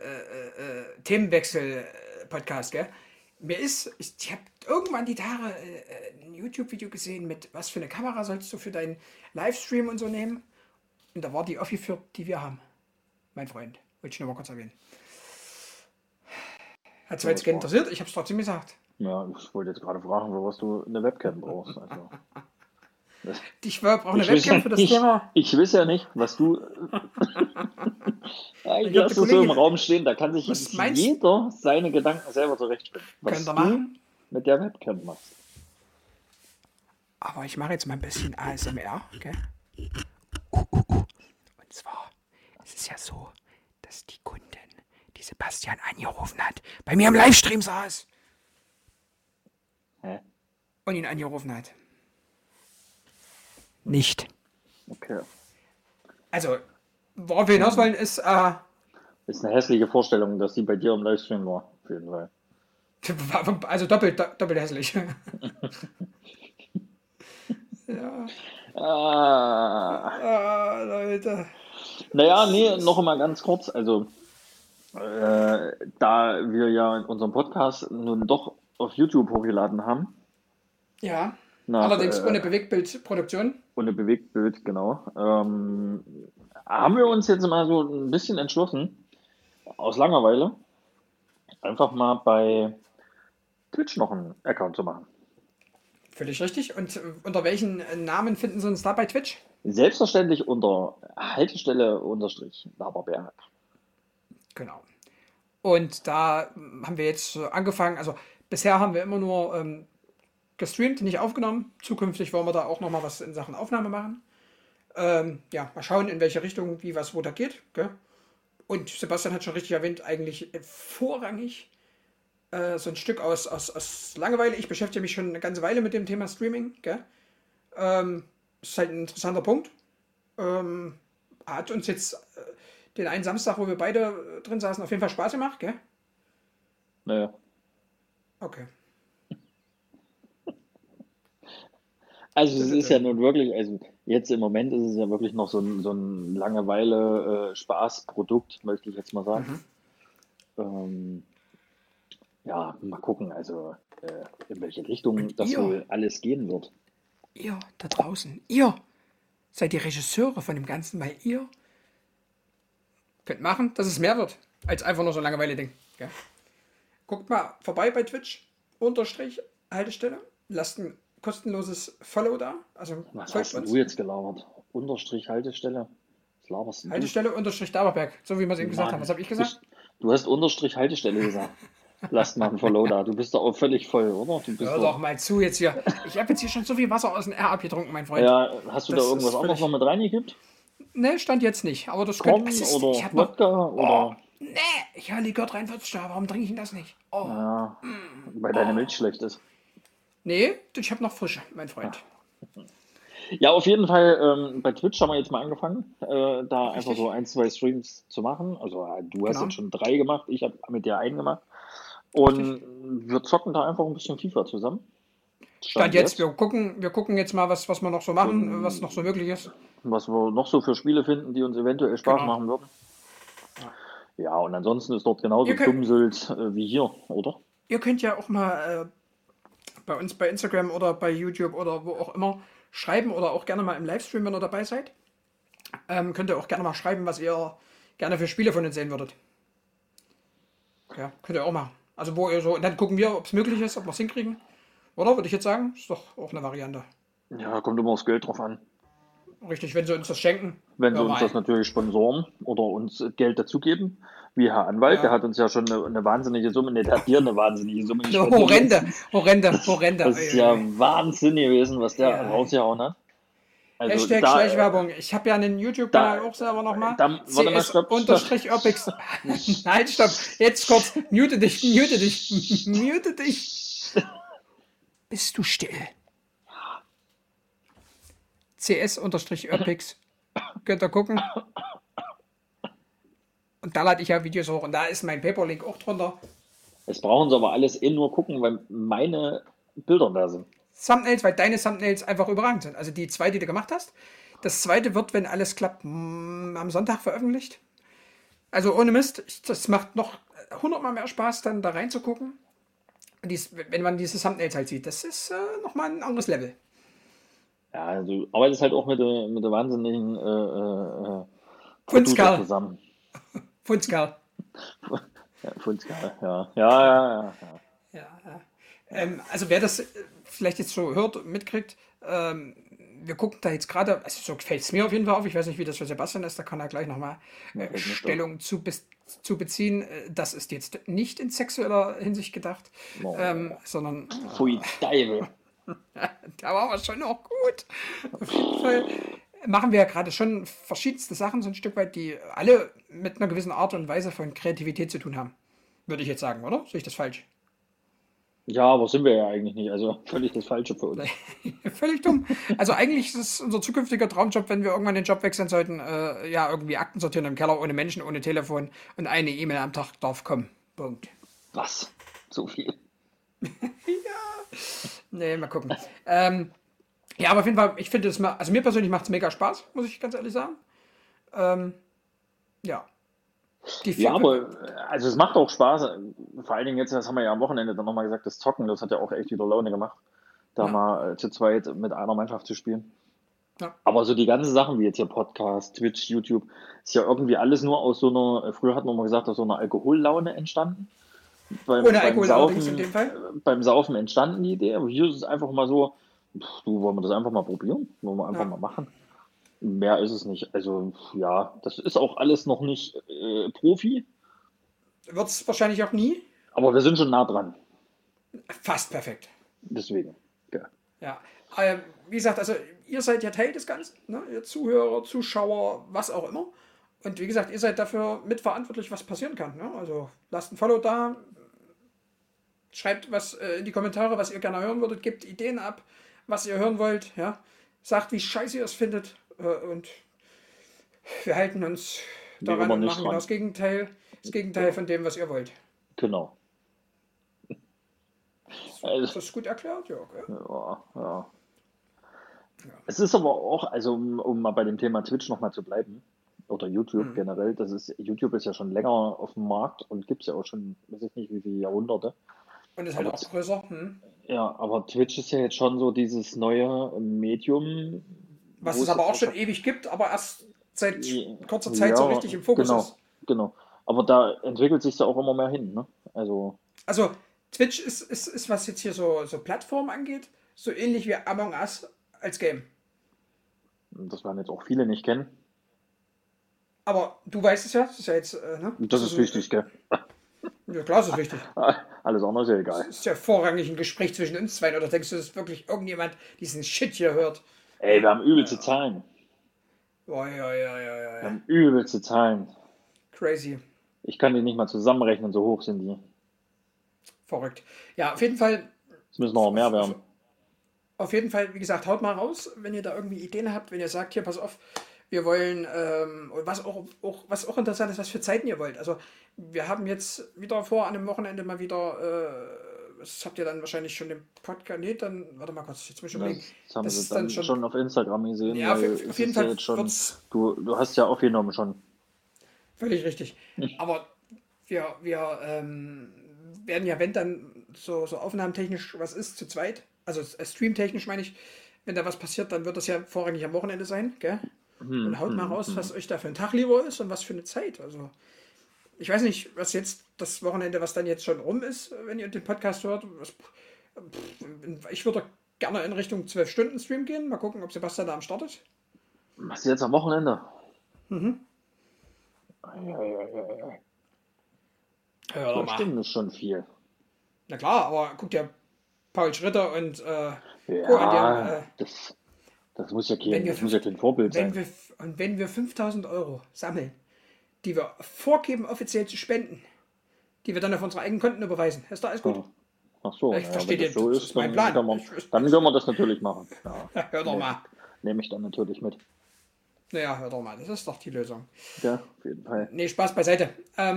Themenwechsel-Podcast, gell? Ich habe irgendwann die Tage ein YouTube-Video gesehen mit, was für eine Kamera sollst du für deinen Livestream und so nehmen? Und da war die aufgeführt, die wir haben. Mein Freund. Wollte ich nur mal kurz erwähnen. Hat zwar jetzt keinen interessiert, ich habe es trotzdem gesagt. Ja, ich wollte jetzt gerade fragen, für was du eine Webcam brauchst. Also. Ich brauche eine Webcam für das Thema. Ich weiß ja nicht, was du. Eigentlich hast du so im Raum stehen, da kann sich jeder seine Gedanken selber zurechtspinnen. Was du mit der Webcam machst. Aber ich mache jetzt mal ein bisschen ASMR, okay? Und zwar, es ist ja so, dass die Kundin, die Sebastian angerufen hat, bei mir im Livestream saß. Hä? Und ihn angerufen hat. Nicht. Okay. Also, worauf wir hinaus wollen, ist, ist eine hässliche Vorstellung, dass sie bei dir im Livestream war, auf jeden Fall. Also doppelt hässlich. Ja. Leute. Naja, nee, noch einmal ganz kurz. Also, da wir ja unseren Podcast nun doch auf YouTube hochgeladen haben. Ja. Allerdings ohne Bewegtbildproduktion. Ohne Bewegtbild, genau. Haben wir uns jetzt mal so ein bisschen entschlossen, aus Langeweile, einfach mal bei Twitch noch einen Account zu machen. Völlig richtig. Und unter welchen Namen finden Sie uns da bei Twitch? Selbstverständlich unter Haltestelle_Laberberg. Genau. Und da haben wir jetzt angefangen, also bisher haben wir immer nur gestreamt, nicht aufgenommen. Zukünftig wollen wir da auch nochmal was in Sachen Aufnahme machen. Ja, mal schauen, in welche Richtung, wie, was, wo da geht. Gell? Und Sebastian hat schon richtig erwähnt, eigentlich vorrangig so ein Stück aus Langeweile. Ich beschäftige mich schon eine ganze Weile mit dem Thema Streaming. Gell? Ist halt ein interessanter Punkt. Hat uns jetzt den einen Samstag, wo wir beide drin saßen, auf jeden Fall Spaß gemacht, gell? Naja. Okay. Also es ist ja nun wirklich, also jetzt im Moment ist es ja wirklich noch so ein Langeweile-Spaßprodukt, möchte ich jetzt mal sagen. Ja, mal gucken, also in welche Richtung das wohl alles gehen wird. Ihr da draußen, ihr seid die Regisseure von dem Ganzen, weil ihr könnt machen, dass es mehr wird, als einfach nur so ein Langeweile-Ding. Ja. Guckt mal vorbei bei Twitch, Unterstrich, Haltestelle. Lasst ein kostenloses Follow da. Also Was folgt hast denn uns. du jetzt gelabert? Unterstrich Haltestelle? Was laberst denn du? Haltestelle, Unterstrich, Daberberg. So wie wir es eben gesagt haben. Was habe ich gesagt? Du hast Unterstrich Haltestelle gesagt. Lasst mal ein Follow da. Du bist doch auch völlig voll, oder? Du bist Hör doch mal zu jetzt hier. Ich habe jetzt hier schon so viel Wasser aus dem R abgetrunken, mein Freund. Ja, hast du Das da irgendwas ist anderes noch mit reingekippt? Ne, stand jetzt nicht. Aber das Korn könnte. oder Ich hab noch. Wodka oder Ne, ich habe Likör 43 da. Warum trinke ich denn das nicht? Oh. ja, weil deine Milch schlecht ist. Nee, ich habe noch frische, mein Freund. Ja, auf jeden Fall, bei Twitch haben wir jetzt mal angefangen, da einfach Richtig. so 1, 2 Streams zu machen. Also du hast Genau. jetzt schon 3 gemacht, ich habe mit dir einen gemacht. Und wir zocken da einfach ein bisschen FIFA zusammen. Stand jetzt, wir gucken jetzt mal, was wir noch so machen, was noch so möglich ist. Was wir noch so für Spiele finden, die uns eventuell Spaß Genau. machen würden. Ja, und ansonsten ist dort genauso Ihr könnt- Dummsült wie hier, oder? Ihr könnt ja auch mal bei uns bei Instagram oder bei YouTube oder wo auch immer schreiben oder auch gerne mal im Livestream, wenn ihr dabei seid. Könnt ihr auch gerne mal schreiben, was ihr gerne für Spiele von uns sehen würdet. Ja, könnt ihr auch machen. Also wo ihr so, und dann gucken wir, ob es möglich ist, ob wir es hinkriegen. Oder, würde ich jetzt sagen, ist doch auch eine Variante. Ja, kommt immer aufs Geld drauf an. Richtig, wenn sie uns das schenken. Wenn sie hör uns mal das ein. natürlich sponsoren oder uns Geld dazugeben, wie Herr Anwalt, Ja. der hat uns ja schon eine wahnsinnige Summe, ne, der hat dir eine wahnsinnige Summe Eine horrende. Das ist ja Wahnsinn gewesen, was der Ja. rausgehauen hat. Also Hashtag da, Schleichwerbung. Ich habe ja einen YouTube-Kanal da- auch selber nochmal. da- warte mal, stopp. CS-Urpix. Nein, stopp. Jetzt kurz. Mute dich. Mute dich. Bist du still? CS-Urpix. Könnt ihr gucken. Und da lade ich ja Videos hoch. Und da ist mein Paperlink auch drunter. Es brauchen sie aber alles nur gucken, weil meine Bilder da sind. Thumbnails, weil deine Thumbnails einfach überragend sind. Also die zwei, die du gemacht hast. Das zweite wird, wenn alles klappt, am Sonntag veröffentlicht. Also ohne Mist, das macht noch 100-mal mehr Spaß, dann da reinzugucken. Und wenn man diese Thumbnails halt sieht, das ist nochmal ein anderes Level. Ja, also du arbeitest halt auch mit der wahnsinnigen Producer Funzkerl. zusammen. Funzkerl. Ja, Funzkerl, ja. Ja. Ja. Also wer das vielleicht jetzt so hört und mitkriegt, wir gucken da jetzt gerade, also so fällt es mir auf jeden Fall auf, ich weiß nicht, wie das für Sebastian ist, da kann er gleich nochmal Stellung zu beziehen. Das ist jetzt nicht in sexueller Hinsicht gedacht, No. sondern Pfui, Teufel. da war aber schon auch gut. Auf jeden Fall machen wir ja gerade schon verschiedenste Sachen, so ein Stück weit, die alle mit einer gewissen Art und Weise von Kreativität zu tun haben. Würde ich jetzt sagen, oder? Sehe ich das falsch? Ja, aber sind wir ja eigentlich nicht. Also völlig das Falsche für uns. Völlig dumm. Also eigentlich ist es unser zukünftiger Traumjob, wenn wir irgendwann den Job wechseln sollten, ja, irgendwie Akten sortieren im Keller, ohne Menschen, ohne Telefon und eine E-Mail am Tag darf kommen. Punkt. Was? So viel? Nee, mal gucken. Ja, aber auf jeden Fall, ich finde es mal, also mir persönlich macht es mega Spaß, muss ich ganz ehrlich sagen. Ja. Ja, aber also es macht auch Spaß. Vor allen Dingen jetzt, das haben wir ja am Wochenende dann nochmal gesagt, das Zocken, das hat ja auch echt wieder Laune gemacht, da Ja. mal zu zweit mit einer Mannschaft zu spielen. Ja. Aber so die ganzen Sachen wie jetzt hier Podcast, Twitch, YouTube, ist ja irgendwie alles nur aus so einer, früher hat man mal gesagt, aus so einer Alkohollaune entstanden. Ohne Alkohol allerdings in dem Fall. Beim Saufen entstanden die Idee, aber hier ist es einfach mal so, du, wollen wir das einfach mal probieren, wollen wir einfach Ja. mal machen. Mehr ist es nicht. Also ja, das ist auch alles noch nicht Profi, Wird es wahrscheinlich auch nie. aber wir sind schon nah dran. Fast perfekt. Deswegen. Ja. Ja. Wie gesagt, also ihr seid ja Teil des Ganzen, ne? Ihr Zuhörer, Zuschauer, was auch immer. Und wie gesagt, ihr seid dafür mitverantwortlich, was passieren kann. Ne? Also lasst ein Follow da, schreibt was in die Kommentare, was ihr gerne hören würdet, gebt Ideen ab, was ihr hören wollt. Ja? Sagt, wie scheiße ihr es findet. Und wir halten uns Wie daran immer und nicht machen dran. das Gegenteil von dem, was ihr wollt. Genau. Ist Also, das gut erklärt, Jörg? Ja? ja. Es ist aber auch, also um mal bei dem Thema Twitch nochmal zu bleiben, oder YouTube generell, YouTube ist ja schon länger auf dem Markt und gibt es ja auch schon, weiß ich nicht, wie viele Jahrhunderte. Und ist halt Aber auch größer. Ja, aber Twitch ist ja jetzt schon so dieses neue Medium. Was wo es aber auch schon ewig gibt, aber erst seit Ja, kurzer Zeit so richtig im Fokus genau, ist. Genau. Aber da entwickelt sich ja auch immer mehr hin, ne? Also, Also Twitch ist, was jetzt hier so Plattformen angeht, so ähnlich wie Among Us als Game. das werden jetzt auch viele nicht kennen. Aber du weißt es ja, das ist ja jetzt, ne? Das ist wichtig, gell? Ja klar, das ist wichtig. Alles andere ist ja egal. Das ist ja vorrangig ein Gespräch zwischen uns zwei. Oder denkst du, dass wirklich irgendjemand diesen Shit hier hört? Ey, wir haben übelste Zahlen. Oh, ja. Wir haben übelste Zahlen. Crazy. Ich kann die nicht mal zusammenrechnen, so hoch sind die. Verrückt. Ja, auf jeden Fall. Es müssen noch mehr werden. Auf jeden Fall, wie gesagt, haut mal raus, wenn ihr da irgendwie Ideen habt, wenn ihr sagt, hier, pass auf, wir wollen, was auch interessant ist, was für Zeiten ihr wollt. Also, wir haben jetzt wieder vor, an einem Wochenende mal wieder, das habt ihr dann wahrscheinlich schon im Podcast, nee, dann, warte mal kurz, jetzt muss ich überlegen. Das haben Das sie ist dann dann schon auf Instagram gesehen. Ja, weil auf es jeden ist ja Fall jetzt schon, wird's du hast ja aufgenommen schon. völlig richtig. Aber wir werden ja, wenn dann so aufnahmetechnisch was ist, zu zweit, also streamtechnisch meine ich, wenn da was passiert, dann wird das ja vorrangig am Wochenende sein, gell? Und haut mal raus, was euch da für ein Tag lieber ist und was für eine Zeit. Also, ich weiß nicht, was jetzt das Wochenende, was dann jetzt schon rum ist, wenn ihr den Podcast hört. Ich würde gerne in Richtung 12 Stunden Stream gehen. Mal gucken, ob Sebastian da am Start ist. Was ist jetzt am Wochenende? Ja, doch 12 mal. Stunden ist schon viel. Na klar, aber guck dir Paul Schritter und Co. an, die Ja, haben, das muss ja wenn kein Vorbild sein. wenn wir 5.000 Euro sammeln, die wir vorgeben, offiziell zu spenden, die wir dann auf unsere eigenen Konten überweisen, ist da alles gut? Ach so, Ich verstehe wenn das den, so das ist, ist mein dann Plan. dann können wir das natürlich machen. Ja, Ja, hör doch mal. nehme ich dann natürlich mit. Naja, hör doch mal, das ist doch die Lösung. Ja, auf jeden Fall. Nee, Spaß beiseite.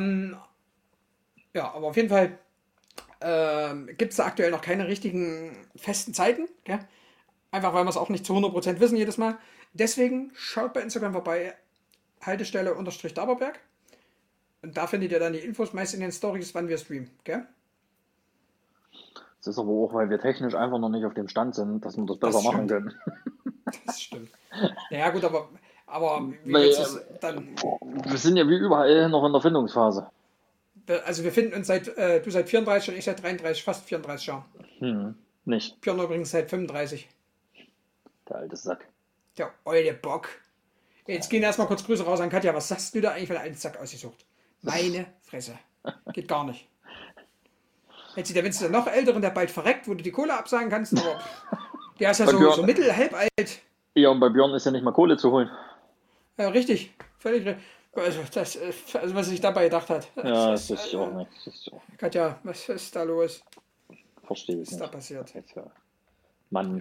Ja, aber auf jeden Fall gibt es da aktuell noch keine richtigen festen Zeiten. Gell? Einfach weil wir es auch nicht zu 100% wissen jedes Mal. Deswegen schaut bei Instagram vorbei, Haltestelle _ Daberberg. Und da findet ihr dann die Infos meist in den Stories, wann wir streamen. Gell? Das ist aber auch, weil wir technisch einfach noch nicht auf dem Stand sind, dass wir das besser machen stimmt. können. Das stimmt. Naja, gut, aber wie Weil, willst du es dann? Wir sind ja wie überall noch in der Findungsphase. Also wir finden uns du seit 34 und ich seit 33, fast 34 Jahren. Nicht, Björn übrigens seit 35. der alte Sack. Der olle Bock. Jetzt gehen erstmal kurz Grüße raus an Katja. Was sagst du da eigentlich für einen alten Sack ausgesucht? Meine Fresse. Geht gar nicht. Jetzt der Winz der noch älteren, der bald verreckt, wo du die Kohle absagen kannst, aber der ist ja Bei Björn- so halb alt. Ja, und bei Björn ist ja nicht mal Kohle zu holen. Ja, richtig. Völlig richtig. Also, was sich dabei gedacht hat. Ja, das ist auch nicht. Das ist auch, Katja, was ist da los? verstehe ich Was ist da nicht. passiert? Jetzt, ja. Mann.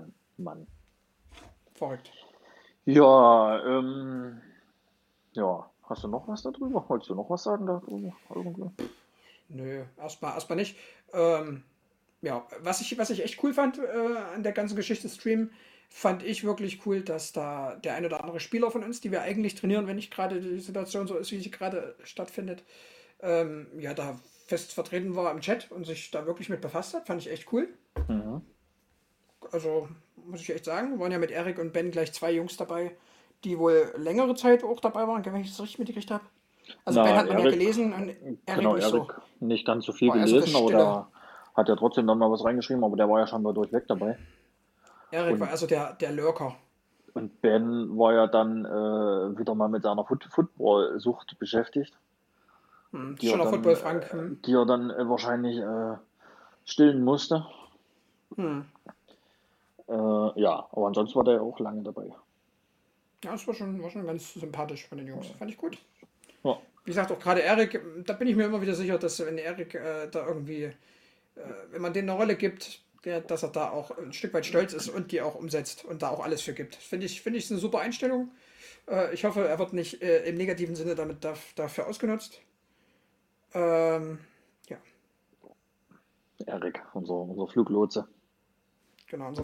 Verrückt. Ja, ja. Hast du noch was darüber? Wolltest du noch was sagen darüber? Irgendwie? Nö, erstmal nicht. Ja, was ich echt cool fand an der ganzen Geschichte Stream, fand ich wirklich cool, dass da der ein oder andere Spieler von uns, die wir eigentlich trainieren, wenn nicht gerade die Situation so ist, wie sie gerade stattfindet, ja, da fest vertreten war im Chat und sich da wirklich mit befasst hat, fand ich echt cool. Also, muss ich echt sagen, waren ja mit Erik und Ben gleich zwei Jungs dabei, die wohl längere Zeit auch dabei waren, wenn ich das richtig mitgekriegt habe. Also Na, Ben hat man ja Erik- gelesen und Erik Genau, nicht so. Erik nicht ganz so viel War eher so der gelesen, aber Stille. da hat er trotzdem dann mal was reingeschrieben, aber der war ja scheinbar durchweg dabei. Erik war also der Lurker. Und Ben war ja dann wieder mal mit seiner Football-Sucht beschäftigt, die er Schöner dann, Football, Frank. die er dann wahrscheinlich stillen musste. Ja, aber ansonsten war der ja auch lange dabei. Ja, das war schon ganz sympathisch von den Jungs. Fand ich gut. Ja. Wie gesagt, auch gerade Erik, da bin ich mir immer wieder sicher, dass wenn Erik da irgendwie, wenn man denen eine Rolle gibt, dass er da auch ein Stück weit stolz ist und die auch umsetzt und da auch alles für gibt. Finde ich eine super Einstellung. Ich hoffe, er wird nicht im negativen Sinne dafür ausgenutzt. Ja. Erik, unser Fluglotse. Genau, unser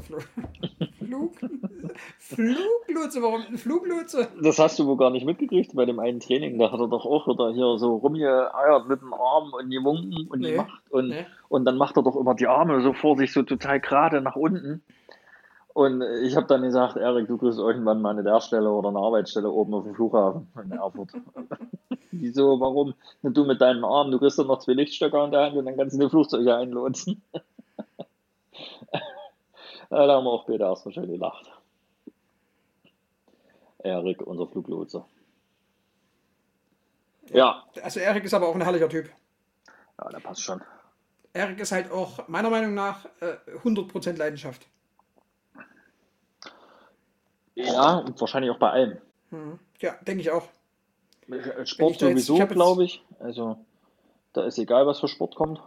Fluglotse, warum ein Fluglotse? Das hast du wohl gar nicht mitgekriegt bei dem einen Training. Da hat er doch auch wieder hier so rumgeeiert mit dem Arm und gewunken und Nee, gemacht. nee. Und dann macht er doch immer die Arme so vor sich, so total gerade nach unten. Und ich habe dann gesagt, Erik, du kriegst irgendwann mal eine Lehrstelle oder eine Arbeitsstelle oben auf dem Flughafen in Erfurt. Wieso, warum? Und du mit deinen Armen, du kriegst doch noch 2 Lichtstöcker in der Hand und dann kannst du die Flugzeuge einlotsen. Ja, da haben wir auch später erstmal schön gelacht. Erik, unser Fluglotse. Ja, Also Erik ist aber auch ein herrlicher Typ. ja, der passt schon. Erik ist halt auch meiner Meinung nach 100% Leidenschaft. Ja, und wahrscheinlich auch bei allem. Ja, denke ich auch. Sport ich da jetzt- sowieso, ich hab jetzt- glaube ich. Also, da ist egal, was für Sport kommt.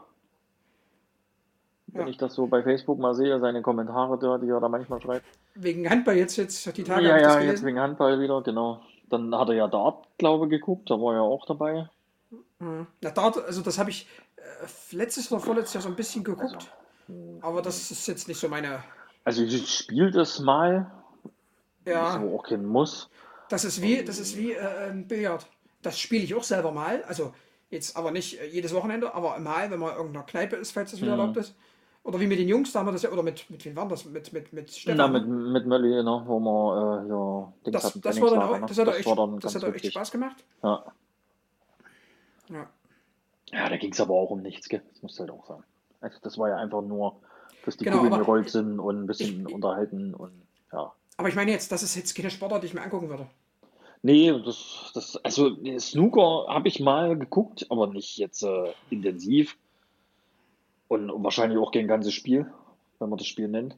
Wenn Ja. ich das so bei Facebook mal sehe, seine Kommentare da, die er da manchmal schreibt. Wegen Handball jetzt die Tage Ja, hab ich das ja, jetzt gelesen. wegen Handball wieder, genau. Dann hat er ja Dart, glaube ich, geguckt, da war er auch dabei. Na, Dart, also das habe ich letztes oder vorletztes Jahr so ein bisschen geguckt. Aber das ist jetzt nicht so meine. Also ich spiele das mal, ist Ja, aber auch kein Muss. das ist wie Billard. Das spiele ich auch selber mal. Also jetzt aber nicht jedes Wochenende, aber mal, wenn man in irgendeiner Kneipe ist, falls das wieder erlaubt ist. Oder wie mit den Jungs, da haben wir das ja, oder mit wem war das? Mit Na, Stefan. mit Mölli, ne, wo wir ja, Dings hatten, Das war dann Trainingslager, auch, ne? das hat Das war dann das ganz hat auch echt witzig. Spaß gemacht. Ja. Ja. Ja, da ging es aber auch um nichts, gell? Das musst du halt auch sagen. Also das war ja einfach nur, dass die Genau, Kugeln aber gerollt sind und ein bisschen unterhalten und ja. Aber ich meine jetzt, das ist jetzt keine Sportart, die ich mir angucken würde. Nee, also Snooker habe ich mal geguckt, aber nicht jetzt intensiv. Und wahrscheinlich auch kein ganzes Spiel, wenn man das Spiel nennt.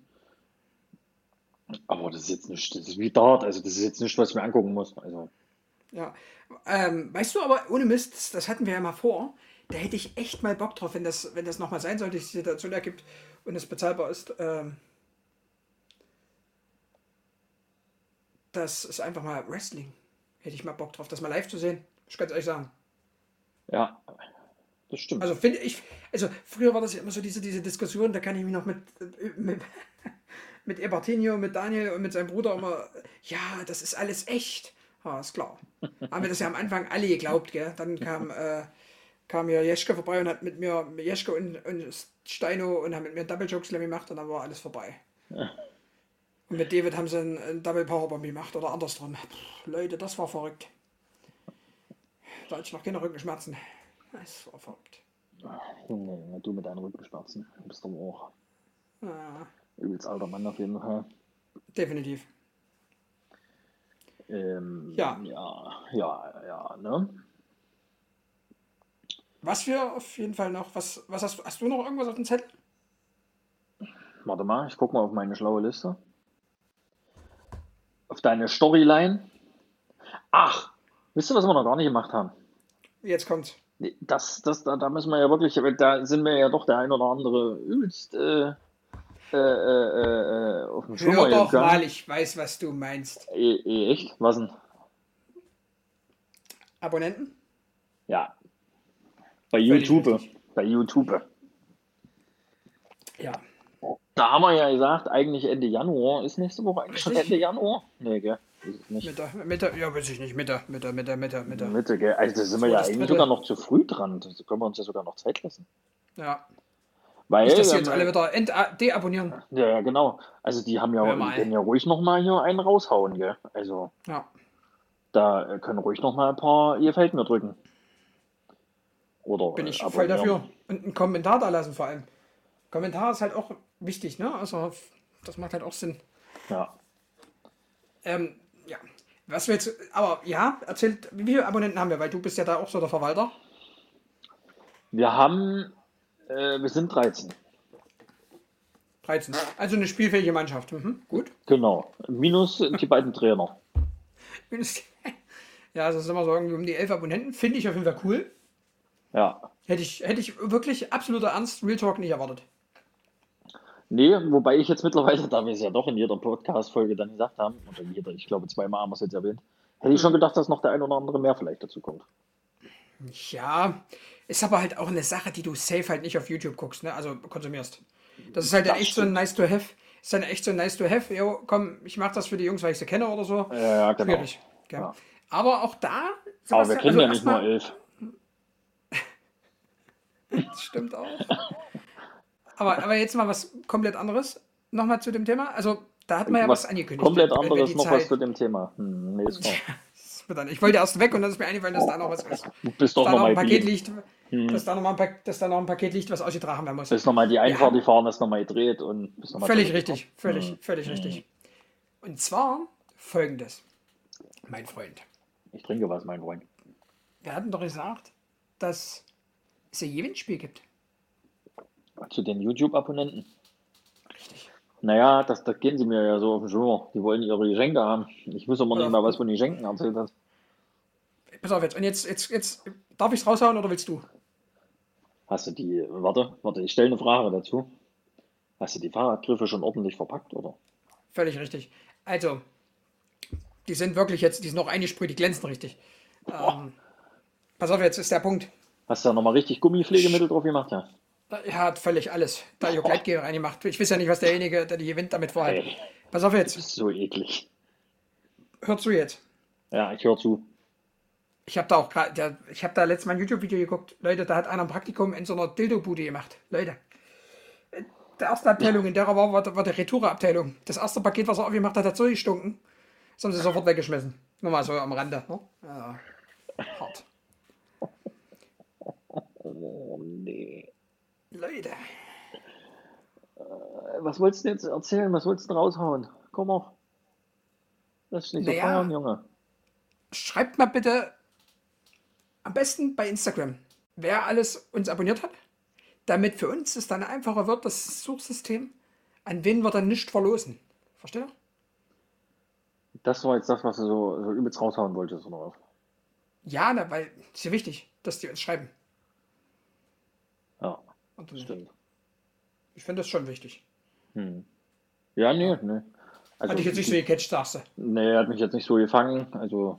Aber das ist jetzt nicht, das ist wie Dart, also das ist jetzt nicht, was ich mir angucken muss. Also, Ja. Weißt du, aber ohne Mist, das hatten wir ja mal vor. Da hätte ich echt mal Bock drauf, wenn das nochmal sein sollte, die Situation ergibt und es bezahlbar ist. Das ist einfach mal Wrestling. Hätte ich mal Bock drauf, das mal live zu sehen. Muss ich ganz ehrlich sagen. ja, das stimmt. Also finde ich, also früher war das ja immer so diese Diskussion, da kann ich mich noch mit Ebertinho, mit Daniel und mit seinem Bruder immer, ja, das ist alles echt. Ja, ist klar. Haben wir das ja am Anfang alle geglaubt, gell? Dann kam ja Jeschke vorbei und hat mit mir, Jeschke und Steino, und haben mit mir einen Double Choke Slam gemacht und dann war alles vorbei. Und mit David haben sie einen Double Powerbomb gemacht oder andersrum. Leute, das war verrückt. Da hatte ich noch keine Rückenschmerzen. Das war verrückt. Junge, du mit deinen Rückenschmerzen, du bist doch auch Ja, übelst alter Mann auf jeden Fall. definitiv. Ja. Ja, ne? Was wir auf jeden Fall noch, was hast du noch irgendwas auf dem Zettel? Warte mal, ich guck mal auf meine schlaue Liste. Auf deine Storyline. Ach, wisst ihr, was wir noch gar nicht gemacht haben? Jetzt kommt's. Nee, da müssen wir ja wirklich, da sind wir ja doch der ein oder andere übelst auf dem Schwimmer Hör doch gegangen. mal, ich weiß, was du meinst. Echt? Was denn? Abonnenten? Ja. Bei Völlig YouTube. richtig. Bei YouTube. Ja. Da haben wir ja gesagt, eigentlich Ende Januar. Ist nächste Woche eigentlich schon Richtig. Ende Januar? Nee, gell? Ist es nicht. Mitte, ja, weiß ich nicht. Mitte. Mitte, gell? Also da sind So, wir ja das eigentlich Drittel. sogar noch zu früh dran. Da können wir uns ja sogar noch Zeit lassen. Ja. Weil, Nicht, dass sie uns alle wieder deabonnieren. ja, genau. Also die haben ja, Hör mal. die können ja ruhig nochmal hier einen raushauen, gell? Also Ja. da können ruhig nochmal ein paar ihr Feld mir drücken. Oder Bin ich voll abonnieren. dafür. Und einen Kommentar da lassen vor allem. Kommentar ist halt auch wichtig, ne? Also, das macht halt auch Sinn. Ja. Ja. Was wir jetzt, aber ja, erzählt, wie viele Abonnenten haben wir? Weil du bist ja da auch so der Verwalter. Wir sind 13. 13. Also eine spielfähige Mannschaft. Mhm, gut. Genau. Minus die beiden Trainer. Ja, also sind wir so irgendwie um die 11 Abonnenten. Finde ich auf jeden Fall cool. Ja. Hätte ich wirklich absoluter Ernst, Real Talk nicht erwartet. Nee, wobei ich jetzt mittlerweile, da wir es ja doch in jeder Podcast-Folge dann gesagt haben, oder jeder, ich glaube zweimal haben wir es jetzt erwähnt, hätte ich schon gedacht, dass noch der ein oder andere mehr vielleicht dazu kommt. Ja, ist aber halt auch eine Sache, die du safe halt nicht auf YouTube guckst, ne? Also konsumierst. Das ist halt dann Das echt so ein nice to have. Ist dann echt so ein nice to have. Jo, komm, ich mach das für die Jungs, weil ich sie kenne oder so. Ja, genau. Schwierig. Gell? Ja. Aber auch da, Aber wir Sebastian, kennen also ja nicht nur erstmal- 11. Das stimmt auch. Aber jetzt mal was komplett anderes. Nochmal zu dem Thema. Also, da hat man ja was angekündigt. Komplett wenn anderes die noch Zeit, was zu dem Thema. Nee, ist klar. mir dann. Ich wollte erst weg und dann ist mir eingefallen, dass da noch was ist. Du bist Dass doch da noch nochmal ein Paket geblieben. liegt, dass da noch ein Paket liegt, was ausgetragen werden muss. Ist nochmal die Einfahrt gefahren, ist nochmal gedreht und bist nochmal Völlig zurückgekommen. richtig, völlig richtig. Und zwar folgendes, mein Freund. Ich trinke was, mein Freund. Wir hatten doch gesagt, dass es ein Gewinnspiel gibt. Zu den YouTube-Abonnenten. Richtig. Naja, da gehen sie mir ja so auf den Schwur. Die wollen ihre Geschenke haben. Ich muss aber nicht mal was von den Geschenken erzählt hast. Pass auf jetzt. Und jetzt darf ich es raushauen oder willst du? Hast du die, warte, ich stelle eine Frage dazu. Hast du die Fahrradgriffe schon ordentlich verpackt, oder? Völlig richtig. Also, die sind wirklich jetzt, die sind noch eingesprüht, die glänzen richtig. Pass auf, jetzt ist der Punkt. Hast du da nochmal richtig Gummipflegemittel drauf gemacht, ja? Er hat völlig alles. Da habe ich auch Gleitgel reingemacht. Ich weiß ja nicht, was derjenige, der die gewinnt, damit vorhat. Ey, Pass auf das jetzt. ist so eklig. Hör zu jetzt. Ja, ich höre zu. Ich habe da auch gerade, ich habe da letztes Mal ein YouTube-Video geguckt. Leute, da hat einer ein Praktikum in so einer Dildo-Bude gemacht. Leute. Die erste Abteilung, in der er war die Retoure-Abteilung. Das erste Paket, was er aufgemacht hat, hat so gestunken. Das haben sie sofort weggeschmissen. Nur mal so am Rande. Ne? Ja. Hart. Oh, nee. Leute. Was wolltest du jetzt erzählen? Was wolltest du raushauen? Komm auf. Das ist nicht so Naja. feiern, Junge. Schreibt mal bitte am besten bei Instagram, wer alles uns abonniert hat, damit für uns es dann einfacher wird, das Suchsystem, an wen wir dann nicht verlosen. Versteht ihr? Das war jetzt das, was du so übelst raushauen wolltest, oder was? Ja, weil es ist ja wichtig, dass die uns schreiben. Ja, Und stimmt. ich finde das schon wichtig. Ja, nee. Also, Hatte ich jetzt nicht so gecatcht, sagst du. Nee, hat mich jetzt nicht so gefangen. Also,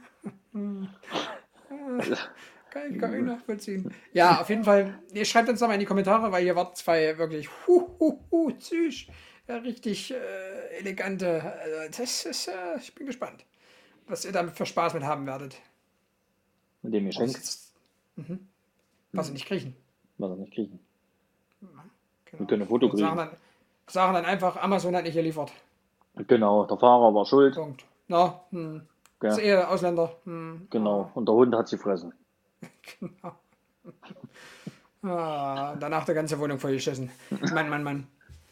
Kann ich nachvollziehen. Ja, auf jeden Fall. Ihr schreibt uns doch mal in die Kommentare, weil ihr wart zwei wirklich süß. Ja, richtig elegante. Das ist, ich bin gespannt, was ihr damit für Spaß mit haben werdet. mit dem Geschenk, Was sie nicht kriechen. was er nicht kriegen. Genau. Wir können ein Foto Und kriegen. sagen dann einfach, Amazon hat nicht geliefert. Genau, der Fahrer war schuld. Punkt. Na, Gell? Das ist eher Ausländer. Genau, und der Hund hat sie fressen. Danach der ganze Wohnung vollgeschissen. Mann.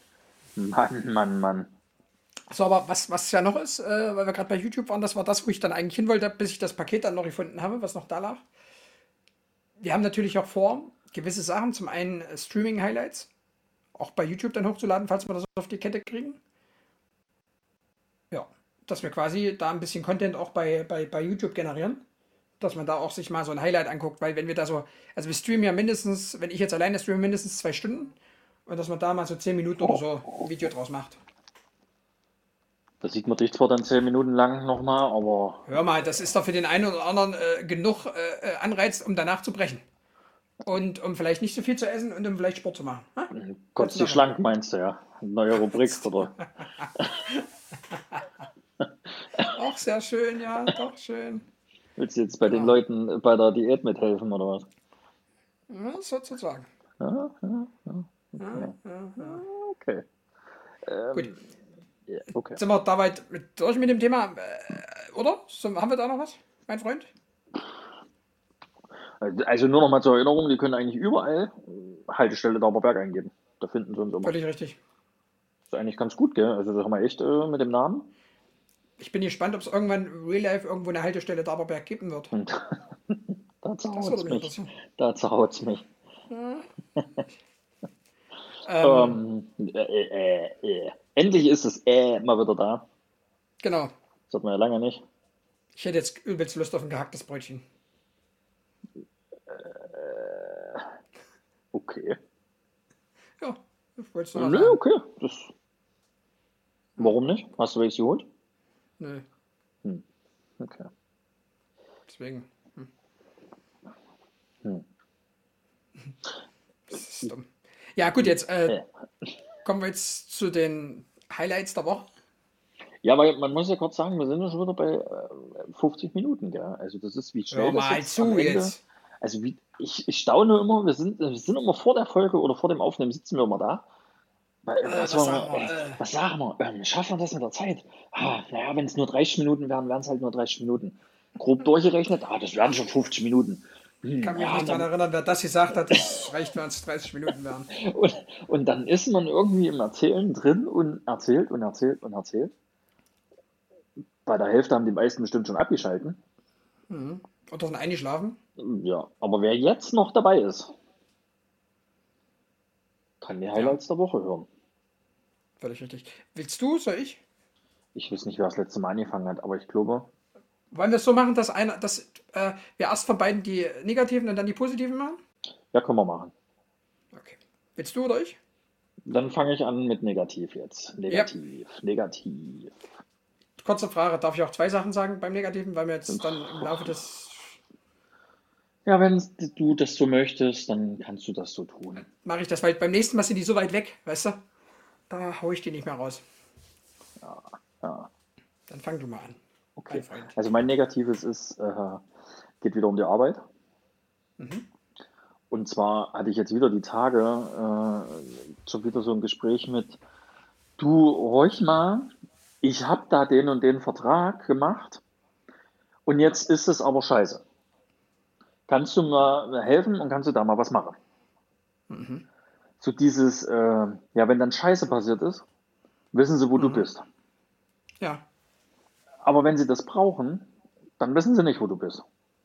Mann. So, aber was ja noch ist, weil wir gerade bei YouTube waren, das war das, wo ich dann eigentlich hin wollte, bis ich das Paket dann noch gefunden habe, was noch da lag. Wir haben natürlich auch vor, gewisse Sachen, zum einen Streaming-Highlights, auch bei YouTube dann hochzuladen, falls wir das auf die Kette kriegen. Ja, dass wir quasi da ein bisschen Content auch bei YouTube generieren. Dass man da auch sich mal so ein Highlight anguckt, weil wenn wir da so, also wir streamen ja mindestens, wenn ich jetzt alleine streame, mindestens 2 Stunden und dass man da mal so 10 Minuten oder so ein Video draus macht. Da sieht man dich zwar dann 10 Minuten lang nochmal, aber Hör mal, das ist doch für den einen oder anderen genug Anreiz, um danach zu brechen. Und um vielleicht nicht so viel zu essen und um vielleicht Sport zu machen. Ha? kurz die schlank meinst du, ja. Neue Rubrik, oder? Auch sehr schön, ja, doch schön. Willst du jetzt bei den Leuten bei der Diät mithelfen, oder was? Ja, sozusagen. Okay. Gut. Ja, okay. Sind wir da weit durch mit dem Thema, oder? Haben wir da noch was, mein Freund? Also nur noch mal zur Erinnerung, die können eigentlich überall Haltestelle Dauberberg eingeben. Da finden sie uns immer. Völlig richtig. Das ist eigentlich ganz gut, gell? Also das haben wir echt mit dem Namen. Ich bin gespannt, ob es irgendwann Real Life irgendwo eine Haltestelle Dauberberg geben wird. Und da Das zerhaut's würde mich mich. interessieren. Da zerhaut's mich. Endlich ist es mal wieder da. Genau. Das hat man ja lange nicht. Ich hätte jetzt übelst Lust auf ein gehacktes Brötchen. Okay. Ja, das wolltest du noch Nö, sagen. okay. Warum nicht? Hast du welches geholt? Nö, Okay. deswegen. Hm. Das ist dumm. Ja, gut, jetzt kommen wir jetzt zu den Highlights der Woche. Ja, weil man muss ja kurz sagen, wir sind ja schon wieder bei 50 Minuten, gell? Also das ist wie schnell Hör das mal jetzt zu am Ende. jetzt. Also ich staune immer, wir sind immer vor der Folge oder vor dem Aufnehmen sitzen wir immer da. Was sagen wir? Schaffen wir das mit der Zeit? Naja, wenn es nur 30 Minuten wären, wären es halt nur 30 Minuten. grob durchgerechnet, das wären schon 50 Minuten. Ich kann mich Ja, nicht daran dann, erinnern, wer das gesagt hat. Das reicht, wenn es 30 Minuten wären. und dann ist man irgendwie im Erzählen drin und erzählt und erzählt und erzählt. Bei der Hälfte haben die meisten bestimmt schon abgeschalten. Oder sind eingeschlafen. Ja, aber wer jetzt noch dabei ist, kann die Ja, Highlights der Woche hören. völlig richtig. Willst du, soll ich? Ich weiß nicht, wer das letzte Mal angefangen hat, aber ich glaube, Wollen wir es so machen, dass wir erst von beiden die negativen und dann die positiven machen? ja, können wir machen. Okay. Willst du oder ich? Dann fange ich an mit negativ jetzt. Ja. Negativ. Kurze Frage, darf ich auch 2 Sachen sagen beim Negativen, weil wir jetzt dann im Laufe des... Ja, wenn du das so möchtest, dann kannst du das so tun. Mache ich das, weil beim nächsten Mal sind die so weit weg, weißt du? Da hau ich die nicht mehr raus. Ja, Dann fang du mal an, okay. mein Freund. Also mein Negatives ist, geht wieder um die Arbeit. Und zwar hatte ich jetzt wieder die Tage schon wieder so ein Gespräch mit, du, horch mal, ich habe da den und den Vertrag gemacht und jetzt ist es aber scheiße. Kannst du mir helfen und kannst du da mal was machen? So dieses, ja, wenn dann Scheiße passiert ist, wissen sie, wo du bist. Ja, Aber wenn sie das brauchen, dann wissen sie nicht, wo du bist.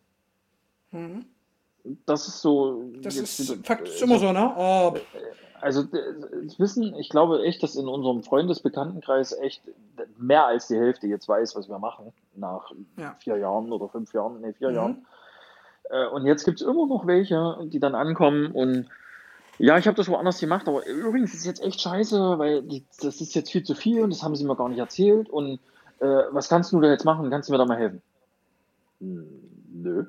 Das ist so. das jetzt ist wieder, Fakt, ist immer so, ne? Oh, also das Wissen, ich glaube echt, dass in unserem Freundesbekanntenkreis echt mehr als die Hälfte jetzt weiß, was wir machen. Nach ja. 4 Jahren oder 5 Jahren, nee, 4 Jahren. Und jetzt gibt es immer noch welche, die dann ankommen und ja, ich habe das woanders gemacht, aber übrigens ist es jetzt echt scheiße, weil das ist jetzt viel zu viel und das haben sie mir gar nicht erzählt. Und was kannst du da jetzt machen? Kannst du mir da mal helfen? Nö.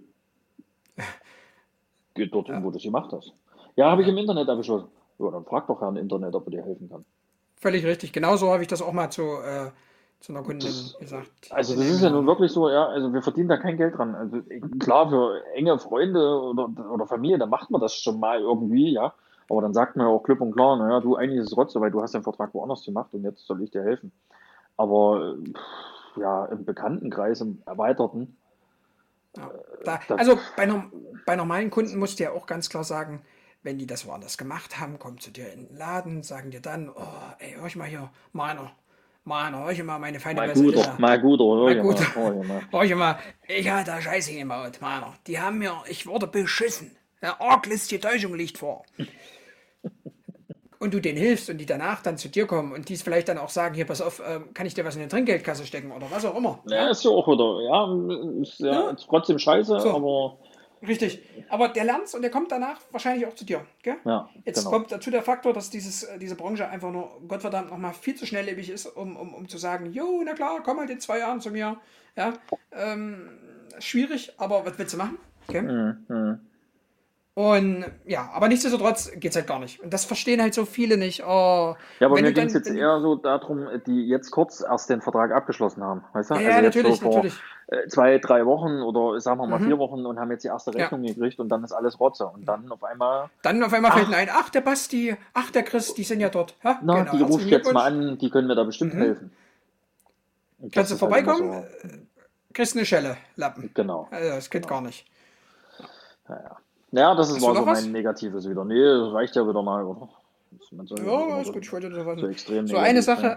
Geht dorthin, wo du es gemacht hast. Ja, habe ich im Internet abgeschlossen. Ja, dann frag doch Herrn Internet, ob er dir helfen kann. Völlig richtig. Genauso habe ich das auch mal zu einer Kundin gesagt. Also das ist ja nun wirklich so, ja, also wir verdienen da kein Geld dran. Also klar, für enge Freunde oder Familie, da macht man das schon mal irgendwie, ja. Aber dann sagt man ja auch klipp und klar, naja, du, eigentlich ist es Rotze, weil du hast den Vertrag woanders gemacht und jetzt soll ich dir helfen. Aber ja, im Bekanntenkreis, im Erweiterten, Also bei normalen Kunden musst du ja auch ganz klar sagen, wenn die das woanders gemacht haben, kommen zu dir in den Laden, sagen dir dann, oh, ey, hör ich mal hier, meiner, hör ich mal meine feine Vaseline. mal guter, Mal gut. Hör ich mal, ich hatte da Scheiße gebaut, meiner. Die haben mir, ich wurde beschissen. Ja, arglistige Täuschung liegt vor. Und du denen hilfst und die danach dann zu dir kommen und die es vielleicht dann auch sagen, hier, pass auf, kann ich dir was in die Trinkgeldkasse stecken oder was auch immer. Ja, ist ja auch wieder, ja, ist ja Ja. trotzdem scheiße, So. aber Richtig. Aber der lernt's und der kommt danach wahrscheinlich auch zu dir. Gell? ja, Jetzt genau. kommt dazu der Faktor, dass diese Branche einfach nur, Gottverdammt, nochmal viel zu schnelllebig ist, um zu sagen, jo, na klar, komm halt in 2 Jahren zu mir. Ja, schwierig, aber was willst du machen? Okay? Und ja, aber nichtsdestotrotz geht's halt gar nicht. Und das verstehen halt so viele nicht. Oh, Ja, aber wenn mir du dann- ging es jetzt wenn du- eher so darum, die jetzt kurz erst den Vertrag abgeschlossen haben. Weißt du? Ja, Also jetzt natürlich, so vor natürlich. 2, 3 Wochen oder sagen wir mal 4 Wochen und haben jetzt die erste Ja. Rechnung gekriegt und dann ist alles Rotze. Und dann auf einmal, Dann auf einmal fällt ihnen ein, ach, der Basti, ach, der Chris, die sind ja dort. Ja, na, genau, die rufe ich herzlichen jetzt mal Glückwunsch. an, die können mir da bestimmt helfen. Und Kannst du das ist halt immer vorbeikommen? Kriegst eine Schelle, Lappen. Genau. Also, das geht gar nicht. Ja, das ist Hast du war so noch was? mein Negatives wieder. Nee, das reicht ja wieder mal, oder? Man soll ja nicht Ja, immer ist gut, ich wollte nur was. so extrem So eine negativ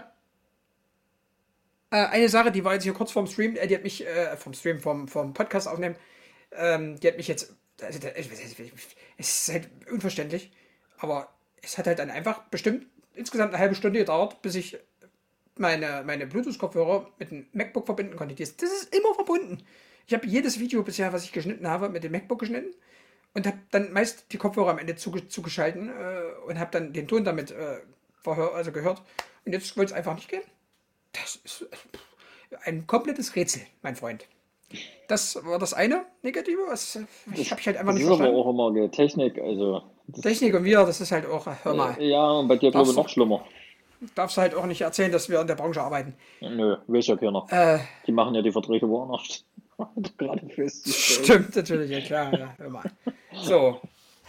Sache, die war jetzt hier kurz vorm Stream, die hat mich, vom Podcast aufnehmen, die hat mich jetzt, also, es ist halt unverständlich, aber es hat halt dann einfach bestimmt insgesamt eine halbe Stunde gedauert, bis ich meine Bluetooth-Kopfhörer mit dem MacBook verbinden konnte. Das ist immer verbunden. Ich habe jedes Video bisher, was ich geschnitten habe, mit dem MacBook geschnitten und habe dann meist die Kopfhörer am Ende zugeschalten und habe dann den Ton damit gehört. Und jetzt wollte es einfach nicht gehen. Das ist ein komplettes Rätsel, mein Freund. Das war das eine Negative. Ich habe halt einfach Das nicht ist aber verstanden. auch immer die Technik, also. Technik und wir, das ist halt auch, hör mal, Ja, und bei dir glaube ich Darfst du- noch schlimmer. darfst du halt auch nicht erzählen, dass wir in der Branche arbeiten. Nö, weiß ja keiner. Die machen ja die Verträge woanders. Gerade festgestellt. Stimmt natürlich, ja klar, ja, hör mal. So,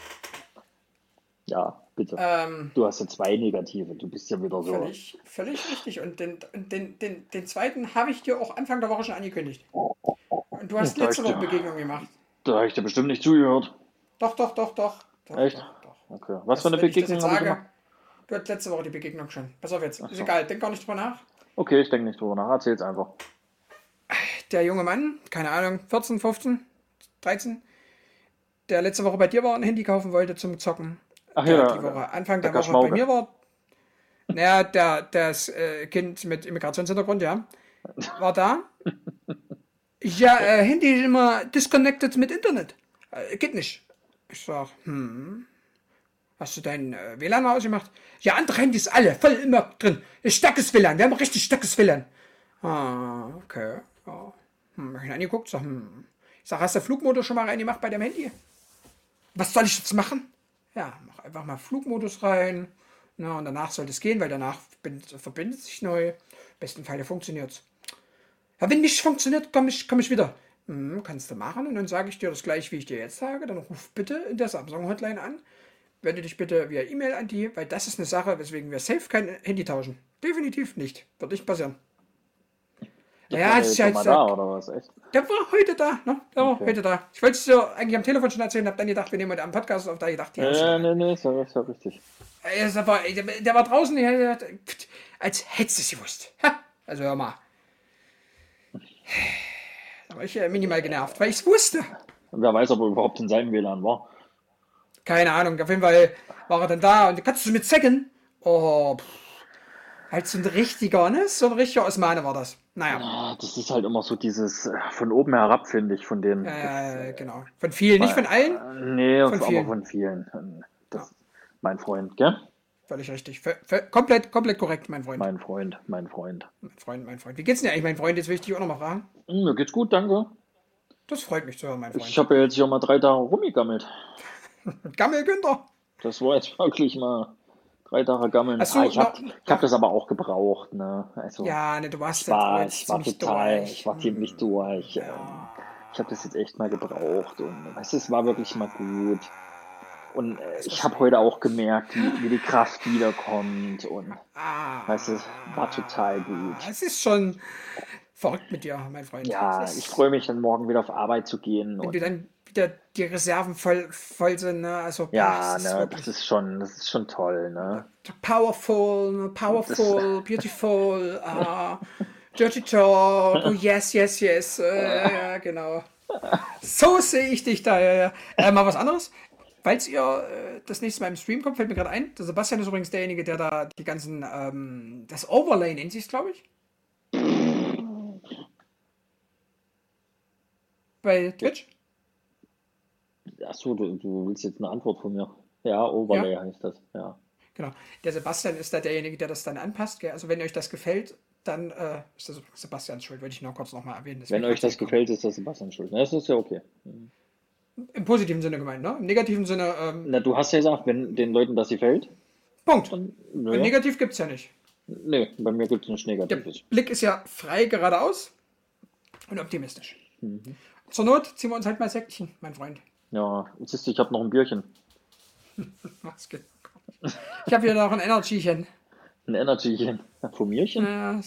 Ja, bitte. ähm, Du hast ja 2 Negative. Du bist ja wieder so. völlig richtig. Und den zweiten habe ich dir auch Anfang der Woche schon angekündigt. Und du hast Da letzte ich, Woche Begegnung gemacht. da habe ich dir bestimmt nicht zugehört. Doch. Echt? Doch. Okay. Was für Das, eine wenn ich das Begegnung jetzt habe ich sage, gemacht? du hattest letzte Woche die Begegnung schon. Pass auf jetzt. Ach Ist so. egal, denk gar nicht drüber nach. Okay, ich denke nicht drüber nach. Erzähl's einfach. Der junge Mann, keine Ahnung, 14, 15, 13, der letzte Woche bei dir war und ein Handy kaufen wollte zum Zocken. Ach Der ja, die Woche, Anfang der der Woche bei Kaschmauke. mir war. Naja, das Kind mit Immigrationshintergrund, ja, war da. Ja, Handy ist immer disconnected mit Internet. Geht nicht. Ich sag, hast du dein WLAN mal ausgemacht? Ja, andere Handys alle, voll immer drin. Starkes WLAN, wir haben richtig starkes WLAN. Ah, okay. Ja. Hab ich ihn angeguckt, sag, Ich sag, hast du Flugmodus schon mal reingemacht bei deinem Handy? Was soll ich jetzt machen? Ja, mach einfach mal Flugmodus rein. Na, und danach sollte es gehen, weil danach verbindet sich neu. Im besten Fall funktioniert's. Ja, wenn nicht funktioniert, komm ich wieder. Kannst du machen und dann sage ich dir das gleich, wie ich dir jetzt sage. Dann ruf bitte in der Samsung-Hotline an. Wende dich bitte via E-Mail an die, weil das ist eine Sache, weswegen wir safe kein Handy tauschen. Definitiv nicht. Wird nicht passieren. Der Ja, war das ist jetzt ja noch mal jetzt, da, oder was? Echt? der war heute da, ne? Der war Okay. heute da. Ich wollte es dir eigentlich am Telefon schon erzählen, hab dann gedacht, wir nehmen heute am Podcast auf, da gedacht, ja, Nee, ist ja richtig. der war draußen, als hättest du es gewusst. Ha, also hör mal. Da war ich minimal genervt, weil ich es wusste. Wer weiß, ob er überhaupt in seinem WLAN war. Keine Ahnung, auf jeden Fall war er dann da und kannst du mit Zecken? Oh, halt so ein richtiger, ne? So ein richtiger Osmane war das. Naja, Ah, das ist halt immer so dieses von oben herab, finde ich, von denen. genau. Von vielen, nicht von allen, Nee, von aber vielen. von vielen. Das mein Freund, gell? Völlig richtig. Komplett korrekt, mein Freund. Mein Freund. Mein Freund. Wie geht's denn eigentlich, mein Freund? Jetzt will ich dich auch noch mal fragen. Mir geht's gut, danke. Das freut mich zu hören, mein Freund. Ich habe ja jetzt hier mal 3 Tage rumgegammelt. Gammel Günther. Das war jetzt wirklich mal 3 Tage gammeln. Ach so, Ich hab das aber auch gebraucht, ne? Also, Ja, ne, du warst ich war jetzt ziemlich total, durch. ich war ziemlich durch. Ich habe das jetzt echt mal gebraucht und weißt du, es war wirklich mal gut. Und ich habe heute auch gemerkt, wie die Kraft wiederkommt und weißt du, war total gut. Es ist schon verrückt mit dir, mein Freund. Ja, Es ist, ich freue mich dann morgen wieder auf Arbeit zu gehen. wenn Und wir dann wieder die Reserven voll sind, ne? Also, ja, es ist ne, wirklich das ist schon toll, ne? powerful, beautiful, dirty talk, oh yes, ja, genau. So sehe ich dich da, ja. Mal was anderes. Falls ihr das nächste Mal im Stream kommt, fällt mir gerade ein, der Sebastian ist übrigens derjenige, der da die ganzen, das Overlay nennt sich es, glaube ich. Bei Twitch. Achso, du willst jetzt eine Antwort von mir. Ja, Overlay heißt das, ja. Genau. Der Sebastian ist da derjenige, der das dann anpasst. Gell? Also wenn euch das gefällt, dann ist das Sebastians Schuld, wollte ich noch kurz nochmal erwähnen. Wenn euch das gefällt, ist das Sebastian schuld. Das ist ja okay. Im positiven Sinne gemeint, ne? Im negativen Sinne, Na, du hast ja gesagt, wenn den Leuten das gefällt, Punkt. dann Und naja. negativ gibt es ja nicht. Nee, bei mir gibt es nichts Der Negatives. Blick ist ja frei geradeaus und optimistisch. Zur Not ziehen wir uns halt mal Säckchen, mein Freund. Ja, siehst du, ich habe noch ein Bierchen. Was geht? Ich habe hier noch ein Energychen. Ein Energychen. Von Mirchen?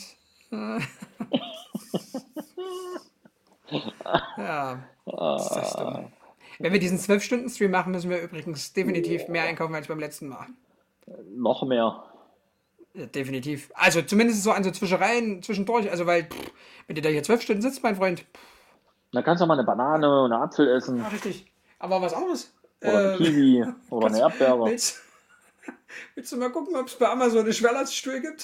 Ja, ist das dumm. Wenn wir diesen 12-Stunden-Stream machen, müssen wir übrigens definitiv mehr einkaufen als beim letzten Mal. Noch mehr. Ja, definitiv. Also zumindest so an so Zwischereien, zwischendurch. Also weil, wenn du da hier 12 Stunden sitzt, mein Freund. Dann kannst du mal eine Banane und einen Apfel essen. Ja, richtig. Aber was anderes. Oder eine Kiwi. Oder eine Erdbeere. Willst du mal gucken, ob es bei Amazon eine Schwerlaststuhl gibt?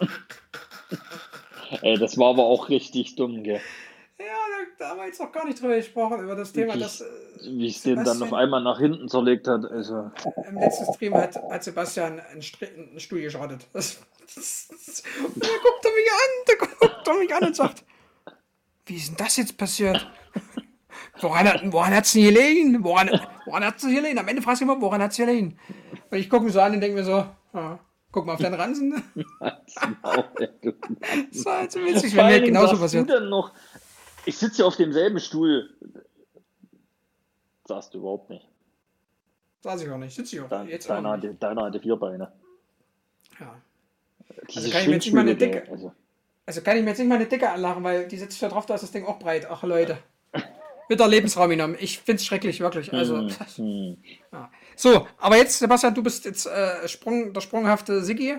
Ey, das war aber auch richtig dumm, gell? Ja, da haben wir jetzt noch gar nicht drüber gesprochen, über das Thema, das Wie es den dann auf einmal nach hinten zerlegt hat. Also. im letzten Stream hat Sebastian einen Stuhl geschrottet. Und da guckt er mich an und sagt, wie ist denn das jetzt passiert? Woran hat es denn gelegen? Woran hat es gelegen? Am Ende fragst du immer, woran hat es gelegen? Und ich gucke mich so an und denke mir so, guck mal auf deinen Ransen. Das war also witzig, wenn mir genauso passiert. Du denn noch, ich sitze ja auf demselben Stuhl. Sagst du überhaupt nicht. Saß ich auch nicht, sitze ich auch. Deiner hatte 4 Beine. Ja. Diese kann ich mir jetzt nicht mal eine Schwingstühle, dicke- also. Also kann ich mir jetzt nicht mal eine dicke anlachen, weil die sitzt da drauf, da ist das Ding auch breit. Ach Leute. wird der Lebensraum genommen. Ich finde es schrecklich, wirklich. Also, Hm. ja. So, aber jetzt, Sebastian, du bist jetzt der sprunghafte Siggi.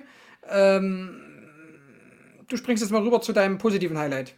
Du springst jetzt mal rüber zu deinem positiven Highlight.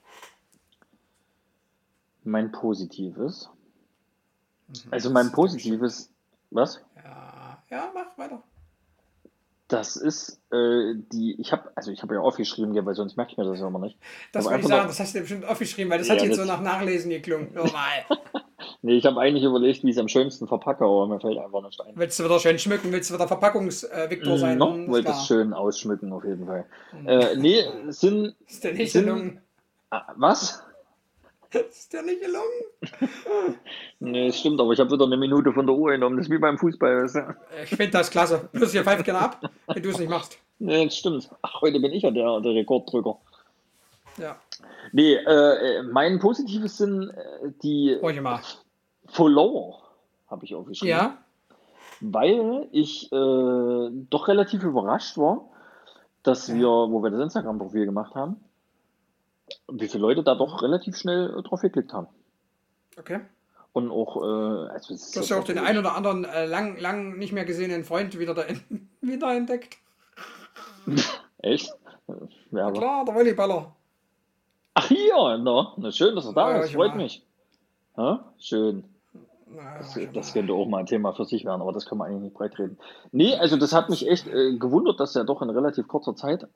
Mein Positives. Also Das mein ist, glaub ich, Positives, was? ja, mach weiter. Das ist ich habe ja aufgeschrieben, gell, weil sonst merke ich mir das ja immer nicht. Ich Das habe wollte ich einfach sagen, noch, das hast du bestimmt aufgeschrieben, weil das hat ja, jetzt so das, nach Nachlesen geklungen. Normal. nee, ich habe eigentlich überlegt, wie ich es am schönsten verpacke, aber mir fällt einfach nicht ein. Willst du wieder schön schmücken? Willst du wieder Verpackungsviktor sein? No, Ist wollte es klar. schön ausschmücken auf jeden Fall. Nee, Ist dir nicht sind, gelungen? was? Ist dir nicht gelungen? Nee, es stimmt, aber ich habe wieder eine Minute von der Uhr genommen. Das ist wie beim Fußball, weißt du? Ich finde das klasse. Plus hier pfeift keiner ab, wenn du es nicht machst. Nee, das stimmt. Ach, heute bin ich ja der Rekorddrücker. Ja, Nee, mein Positives sind die ruhig mal. Follower, habe ich aufgeschrieben. Ja, Weil ich doch relativ überrascht war, dass okay. wir, wo wir das Instagram-Profil gemacht haben, wie viele Leute da doch relativ schnell drauf geklickt haben. Okay. Und auch, also es ist Du hast jetzt ja auch den wirklich, ein oder anderen lang nicht mehr gesehenen Freund wieder entdeckt. echt? Ja, Na aber. klar, der Volleyballer. Ach hier, na schön, dass er da Na, ist, ruhig freut mal. mich. Ja, schön. Na, Das, ruhig das mal. könnte auch mal ein Thema für sich werden, aber das können wir eigentlich nicht breit reden. Nee, also das hat mich echt gewundert, dass er doch in relativ kurzer Zeit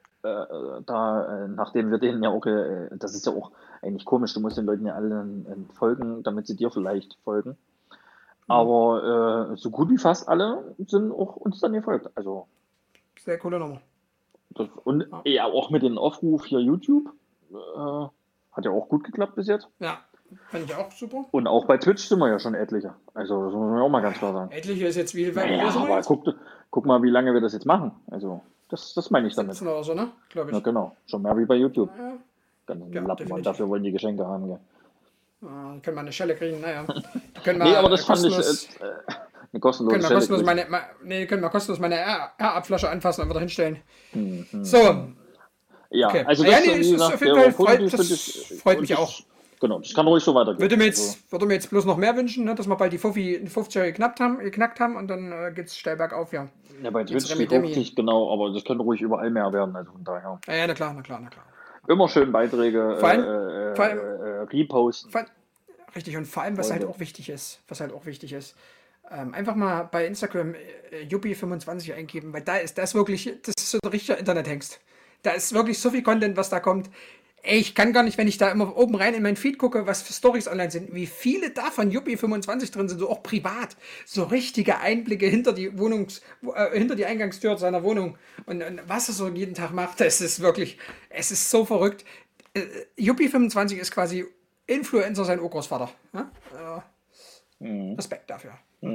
nachdem wir denen ja auch, das ist ja auch eigentlich komisch, du musst den Leuten ja allen folgen, damit sie dir vielleicht folgen. Aber so gut wie fast alle sind auch uns dann gefolgt. Also, Sehr coole Nummer. und Ja. ja, auch mit dem Aufruf hier YouTube hat ja auch gut geklappt bis jetzt. Ja, fand ich auch super. Und auch bei Twitch sind wir ja schon etliche. Also, das muss man ja auch mal ganz klar sagen. Etliche ist jetzt wie weit Naja, sind wir aber jetzt? guck mal, wie lange wir das jetzt machen. Also, das meine ich damit. 17 oder so, ne? Glaube Ja, ich. genau. Schon mehr wie bei YouTube. Ja, Ganz ja, Lappen, und definitiv. dafür wollen die Geschenke haben, gell. Die können mal eine Schelle kriegen, naja. Die können Nee, aber mal das fand ich kostenlos, eine kostenlose können mal Stelle kostenlos kriegen. können mal kostenlos meine Air-Up-Flasche anfassen und wieder hinstellen. Hm. So, Ja, okay. also Ja, das, nee, wie ist gesagt, auf jeden der Fall positiv das finde ich, freut und mich das, auch. genau, das kann ruhig so weitergehen. Also, Würde mir jetzt bloß noch mehr wünschen, ne, dass wir bald die 50er geknackt haben und dann geht's steil bergauf, ja. ja, bei Jetzt Twitch Remi die Demi. 50, genau, aber das könnte ruhig überall mehr werden, also von daher. Ja, na klar, na klar, na klar. Immer schön Beiträge Vor allem, vor allem, reposten, vor allem richtig, und vor allem, was halt Freunde. auch wichtig ist, einfach mal bei Instagram Yuppie25 eingeben, weil das ist so ein richtiger Internethengst. Da ist wirklich so viel Content, was da kommt. Ey, ich kann gar nicht, wenn ich da immer oben rein in mein Feed gucke, was für Stories online sind, wie viele davon Yuppie25 drin sind, so auch privat. So richtige Einblicke hinter die hinter die Eingangstür seiner Wohnung und was er so jeden Tag macht. Es ist so verrückt. Yuppie25 ist quasi Influencer sein Urgroßvater. Ja? Respekt dafür.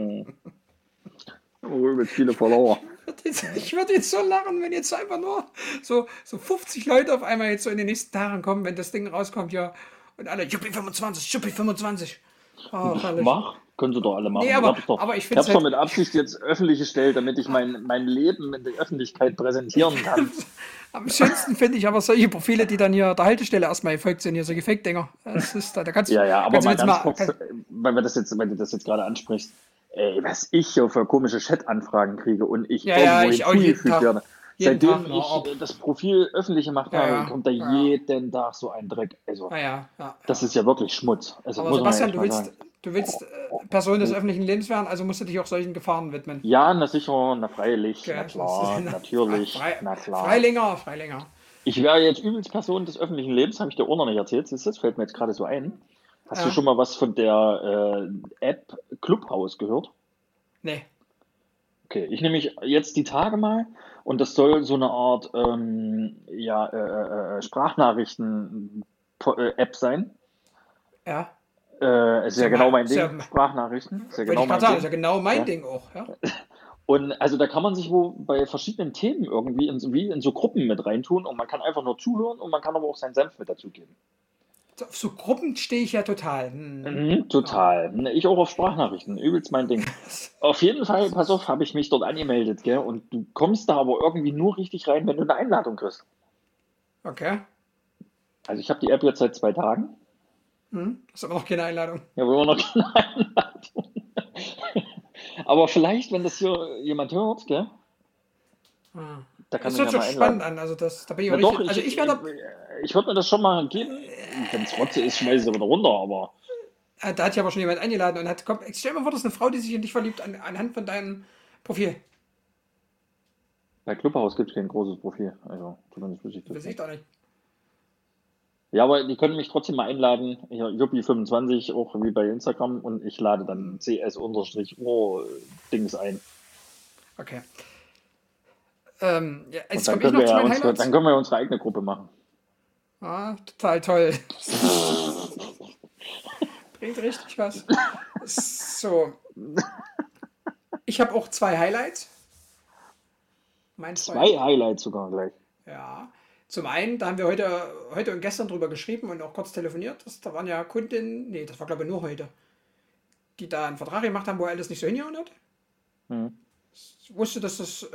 Oh, übelst viele Follower. Ich würde jetzt so lachen, wenn jetzt einfach nur so 50 Leute auf einmal jetzt so in den nächsten Tagen kommen, wenn das Ding rauskommt, ja. Und alle, Yuppie25. Oh, herrlich. Mach, können sie doch alle machen. Nee, aber ich Ich finde es hab's doch halt, mit Absicht jetzt öffentlich gestellt, damit ich mein Leben in der Öffentlichkeit präsentieren kann. am schönsten finde ich aber solche Profile, die dann hier der Haltestelle erstmal gefolgt sind, hier solche Fake-Dinger. Das ist da kannst Ja, aber kannst du mal jetzt ganz kurz, weil du das jetzt gerade ansprichst, ey, was ich hier für komische Chat-Anfragen kriege und ich irgendwo ich auch jeden hinzugefügt Tag. werde. Jeden Seitdem Tag, ich das Profil öffentlich gemacht Ja, habe, ja. kommt da Ja. jeden Tag so ein Dreck. Also, Ja. das ist ja wirklich Schmutz. Also, Aber muss man ja Sebastian, echt mal sagen. du willst Person des öffentlichen Lebens werden, also musst du dich auch solchen Gefahren widmen. Ja, na sicher, na freilich, Okay, na klar, natürlich, na klar. Freilinger. Ich wäre jetzt übelst Person des öffentlichen Lebens, habe ich dir auch noch nicht erzählt, siehst du, das fällt mir jetzt gerade so ein. Hast du Ja. schon mal was von der App Clubhouse gehört? Nee. Okay, ich nehme mich jetzt die Tage mal und das soll so eine Art Sprachnachrichten-App sein. Ja. Es ist ja genau mein Ist ja- Ding, Sprachnachrichten. Ist ja Wollte genau ich gerade mein sagen, ist Ding. ja genau mein Ja. Ding auch. Ja. Und also da kann man sich wo bei verschiedenen Themen irgendwie in so Gruppen mit reintun und man kann einfach nur zuhören und man kann aber auch seinen Senf mit dazugeben. Auf so Gruppen stehe ich ja total. Total. Ich auch auf Sprachnachrichten. Übelst mein Ding. Auf jeden Fall, pass auf, habe ich mich dort angemeldet, gell? Und du kommst da aber irgendwie nur richtig rein, wenn du eine Einladung kriegst. Okay. Also ich habe die App jetzt seit 2 Tagen Ist aber noch keine Einladung. Ja, wollen wir noch keine Einladung. Aber vielleicht, wenn das hier jemand hört, gell? Da kann Das mich hört ja sich mal spannend einladen. an. Also da bin ich Na auch doch, richtig. Also ich werde, ich würde mir das schon mal geben. Wenn es Rotze ist, schmeiße ich es wieder runter, aber da hat ja aber schon jemand eingeladen und hat, komm, stell dir mal vor, das ist eine Frau, die sich in dich verliebt anhand von deinem Profil. bei Clubhouse gibt es kein großes Profil. Also, zumindest wüsste ich das Weiß ich nicht. doch nicht. Ja, aber die können mich trotzdem mal einladen. Hier, Juppie25, auch wie bei Instagram, und ich lade dann CS-Dings ein. Okay. Ja, Und jetzt dann komme ich können noch wir zu ja meinen Highlights. dann können wir unsere eigene Gruppe machen. Total toll. Bringt richtig was. So. Ich habe auch 2 Highlights. Mein Freund. 2 Highlights sogar gleich. Ja. Zum einen, da haben wir heute und gestern drüber geschrieben und auch kurz telefoniert. Da waren ja Kundinnen, nee, das war glaube ich nur heute, die da einen Vertrag gemacht haben, wo alles nicht so hingehauen hat. Hm. Ich wusste, dass das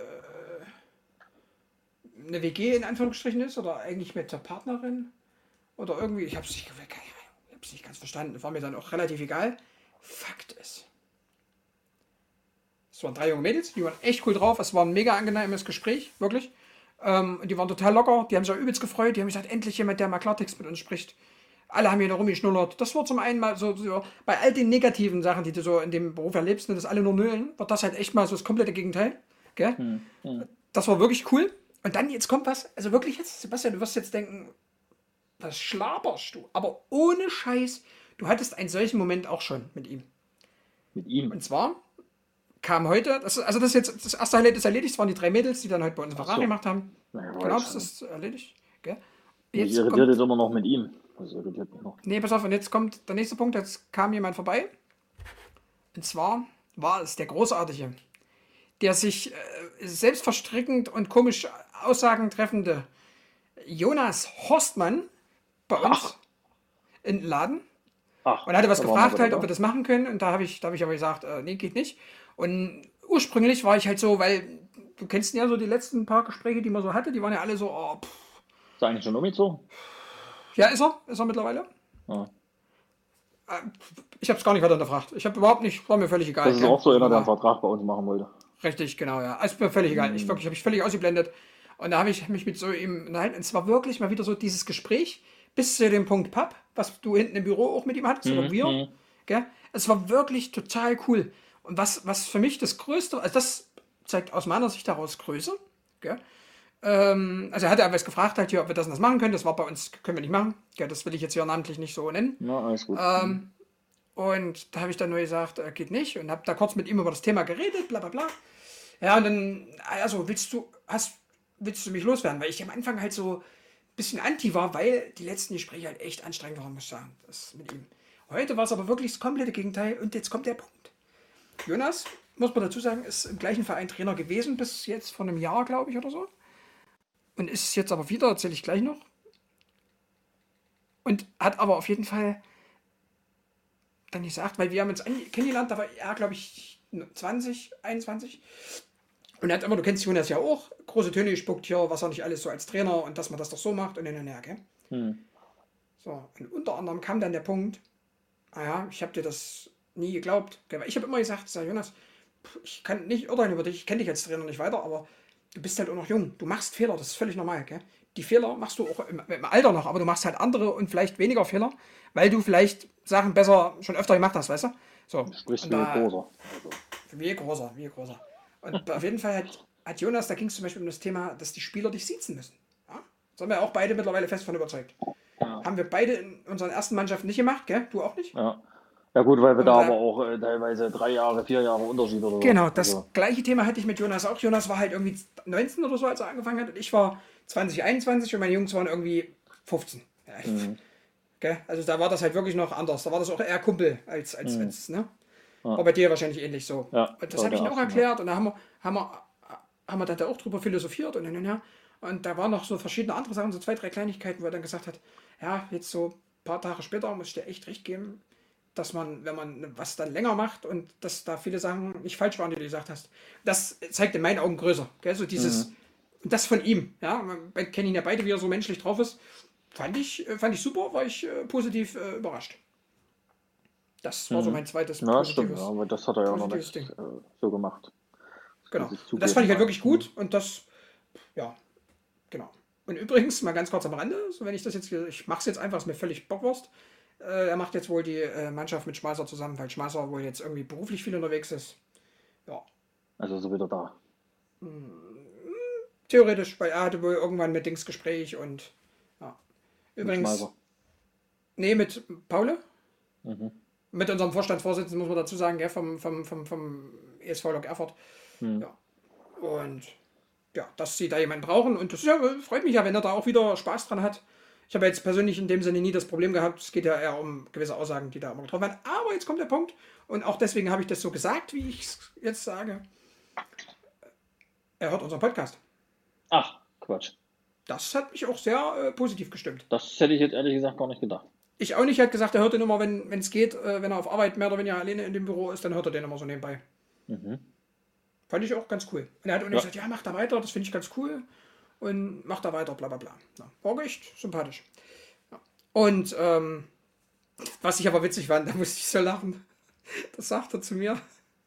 eine WG in Anführungsstrichen ist oder eigentlich mit der Partnerin oder irgendwie. Ich habe es nicht, keine Ahnung, ich hab's nicht ganz verstanden. Das war mir dann auch relativ egal. Fakt ist, es waren 3 junge Mädels, die waren echt cool drauf. Es war ein mega angenehmes Gespräch, wirklich. Und die waren total locker, die haben sich auch übelst gefreut. Die haben gesagt, endlich jemand, der mal Klartext mit uns spricht. Alle haben hier noch rumgeschnullert. Das war zum einen mal so bei all den negativen Sachen, die du so in dem Beruf erlebst, ne, dass alle nur nullen, war das halt echt mal so das komplette Gegenteil. Gell? Das war wirklich cool. Und dann, jetzt kommt was, also wirklich jetzt, Sebastian, du wirst jetzt denken, was schlaberst du? Aber ohne Scheiß, du hattest einen solchen Moment auch schon mit ihm. Mit ihm. Und zwar kam heute, das ist jetzt, das erste Highlight ist erledigt, es waren die 3 Mädels, die dann heute bei uns Ferrari gemacht haben. Naja, Genau, das ist erledigt. Gell? mich Jetzt irritiert kommt, jetzt immer noch mit ihm. Das irritiert mich noch. nee, pass auf, und jetzt kommt der nächste Punkt, jetzt kam jemand vorbei. Und zwar war es der Großartige, der sich selbstverstrickend und komisch Aussagen treffende Jonas Horstmann bei uns in den Laden. Ach, Und er hatte was da waren gefragt wir halt, wieder ob wir da. das machen können. Und da habe ich aber gesagt, nee, geht nicht. Und ursprünglich war ich halt so, weil du kennst ja so die letzten paar Gespräche, die man so hatte, die waren ja alle so, oh, pff. Ist er eigentlich schon umgezogen? Ja, ist er mittlerweile. Ja. Ich habe es gar nicht weiter hinterfragt. Ich habe überhaupt nicht, war mir völlig egal. Das ist gell? auch so einer, der einen Ja, Vertrag bei uns machen wollte. richtig, genau, ja. Ist mir völlig egal. Ich habe ich völlig ausgeblendet. Und da habe ich mich mit so ihm unterhalten. Und es war wirklich mal wieder so dieses Gespräch bis zu dem Punkt Papp, was du hinten im Büro auch mit ihm hattest, oder wir. Gell? Es war wirklich total cool. Und was für mich das Größte, also das zeigt aus meiner Sicht daraus Größe. Gell? Also er hatte was gefragt, halt hier, ob wir das und das machen können. Das war bei uns, können wir nicht machen. Gell? Das will ich jetzt hier namentlich nicht so nennen. Na, alles gut. Und da habe ich dann nur gesagt, geht nicht. Und habe da kurz mit ihm über das Thema geredet, bla bla bla. Ja, und dann, also willst du mich loswerden? Weil ich am Anfang halt so ein bisschen anti war, weil die letzten Gespräche halt echt anstrengend waren, muss ich sagen. Das mit ihm. Heute war es aber wirklich das komplette Gegenteil. Und jetzt kommt der Punkt. Jonas, muss man dazu sagen, ist im gleichen Verein Trainer gewesen, bis jetzt vor einem Jahr, glaube ich, oder so. Und ist jetzt aber wieder, erzähle ich gleich noch. Und hat aber auf jeden Fall dann gesagt, weil wir haben uns kennengelernt, da war er, glaube ich, 20, 21. Und er hat immer, du kennst Jonas ja auch, große Töne gespuckt hier, was er nicht alles so als Trainer und dass man das doch so macht und hin und her, gell? So, und unter anderem kam dann der Punkt, naja, ich habe dir das nie geglaubt. Gell? Weil ich habe immer gesagt, sag Jonas, ich kann nicht urteilen über dich, ich kenne dich als Trainer nicht weiter, aber du bist halt auch noch jung, du machst Fehler, das ist völlig normal, gell? Die Fehler machst du auch im Alter noch, aber du machst halt andere und vielleicht weniger Fehler, weil du vielleicht Sachen besser schon öfter gemacht hast, weißt du? So. Sprichst Und wie da, großer. wie großer. Und auf jeden Fall hat Jonas, da ging es zum Beispiel um das Thema, dass die Spieler dich siezen müssen. Ja? Das haben wir auch beide mittlerweile fest von überzeugt. Ja. Haben wir beide in unseren ersten Mannschaften nicht gemacht, gell? Du auch nicht? Ja. Ja gut, weil wir da da- aber auch teilweise 3 Jahre, 4 Jahre Unterschied oder so. Genau, das Also, gleiche Thema hatte ich mit Jonas auch. Jonas war halt irgendwie 19 oder so, als er angefangen hat. Und ich war 20, 21 und meine Jungs waren irgendwie 15. Ja, gell? Also da war das halt wirklich noch anders. Da war das auch eher Kumpel als ne? War bei dir wahrscheinlich ähnlich so. Ja, Und das war habe ich der ihm auch erste, erklärt und da haben wir dann da auch drüber philosophiert und hin und her. Und da waren noch so verschiedene andere Sachen, so 2, 3 Kleinigkeiten, wo er dann gesagt hat, ja, jetzt so ein paar Tage später muss ich dir echt recht geben, dass man, wenn man was dann länger macht und dass da viele Sachen nicht falsch waren, die du gesagt hast. Das zeigt in meinen Augen größer. Gell? So dieses, und das von ihm. Ja, wir kennen ihn ja beide, wie er so menschlich drauf ist. fand ich super, war ich positiv überrascht. Das war so mein zweites Ja, stimmt, ja, positives, aber das hat er ja auch noch positives nicht Ding. so gemacht. Das Genau. muss ich Und das fand ich halt zugeben. wirklich gut und das, ja, genau. Und übrigens, mal ganz kurz am Rande, so wenn ich das jetzt, ich mache es jetzt einfach, ist mir völlig Bockwurst. Er macht jetzt wohl die Mannschaft mit Schmeißer zusammen, weil Schmeißer wohl jetzt irgendwie beruflich viel unterwegs ist. Ja, Also so wieder da. theoretisch, weil er hatte wohl irgendwann mit Dings Gespräch und ja. Mit Übrigens, Schmeißer. nee, mit Paule, Mhm. mit unserem Vorstandsvorsitzenden, muss man dazu sagen, gell, vom ESV Lok Erfurt. Hm. Ja. Und ja, dass sie da jemanden brauchen und das ja, freut mich ja, wenn er da auch wieder Spaß dran hat. Ich habe jetzt persönlich in dem Sinne nie das Problem gehabt. Es geht ja eher um gewisse Aussagen, die da immer getroffen werden. Aber jetzt kommt der Punkt und auch deswegen habe ich das so gesagt, wie ich es jetzt sage. Er hört unseren Podcast. Ach, Quatsch. Das hat mich auch sehr positiv gestimmt. Das hätte ich jetzt ehrlich gesagt gar nicht gedacht. Ich auch nicht, er hat gesagt, er hört den immer, wenn es geht, wenn er auf Arbeit mehr oder weniger alleine in dem Büro ist, dann hört er den immer so nebenbei. Mhm. Fand ich auch ganz cool. Und er hat auch gesagt, ja, mach da weiter, das finde ich ganz cool. Und mach da weiter, bla bla bla. Ja, war echt sympathisch. Ja. Und was ich aber witzig fand, da musste ich so lachen. Das sagt er zu mir.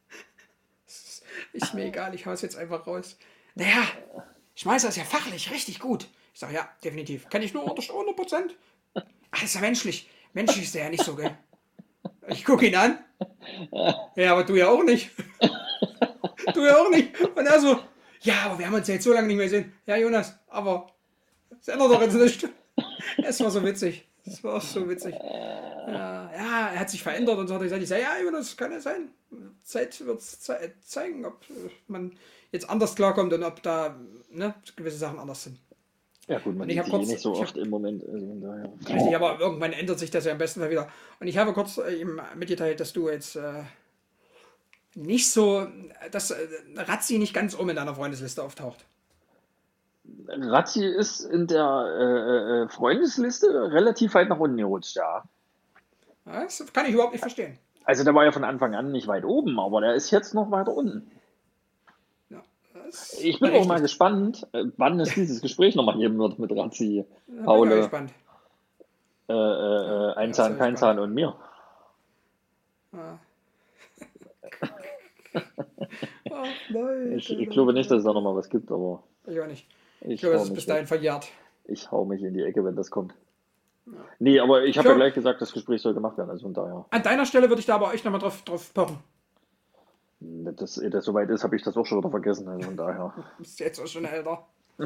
Ist mir egal, ich hau es jetzt einfach raus. Naja, Schmeißer ist ja fachlich richtig gut. Ich sage, ja, definitiv. Kann ich nur 100%. Ach, das ist ja menschlich. Menschlich ist der ja nicht so, gell? Ich gucke ihn an. Ja, aber du ja auch nicht. Du ja auch nicht. Und er so, ja, aber wir haben uns ja jetzt so lange nicht mehr gesehen. Ja, Jonas, aber es ändert doch jetzt nicht. Es war so witzig. Es war so witzig. Ja, er hat sich verändert und so hat er gesagt, ich sage, ja, Jonas, kann ja sein. Zeit wird es zeigen, ob man jetzt anders klarkommt und ob da gewisse Sachen anders sind. Ja gut, man Und ich sieht hab sich kurz- nicht so ich hab- oft im Moment. Also von daher. Richtig, aber irgendwann ändert sich das ja im besten Fall wieder. Und ich habe kurz ihm mitgeteilt, dass du jetzt nicht so, dass Razzi nicht ganz oben in deiner Freundesliste auftaucht. Razzi ist in der Freundesliste relativ weit nach unten gerutscht, ja. Ja, das kann ich überhaupt nicht verstehen. Also der war ja von Anfang an nicht weit oben, aber der ist jetzt noch weiter unten. Ja, das Ich bin auch mal berechtigt. gespannt, wann es dieses Gespräch nochmal geben wird mit Razzi, Da bin ich auch Paule, gespannt. Einzahn, sehr Keinzahn und mir. Ach, Leute, Ich glaube nicht, dass es da nochmal was gibt, aber Ich auch nicht. Ich ich glaube, hau es ist bis mich, dahin verjährt. ich hau mich in die Ecke, wenn das kommt. Nee, aber ich habe ja gleich gesagt, das Gespräch soll gemacht werden, also von daher. An deiner Stelle würde ich da aber echt nochmal drauf pochen. Dass das soweit ist, habe ich das auch schon wieder vergessen, also von daher. Bist jetzt auch schon älter.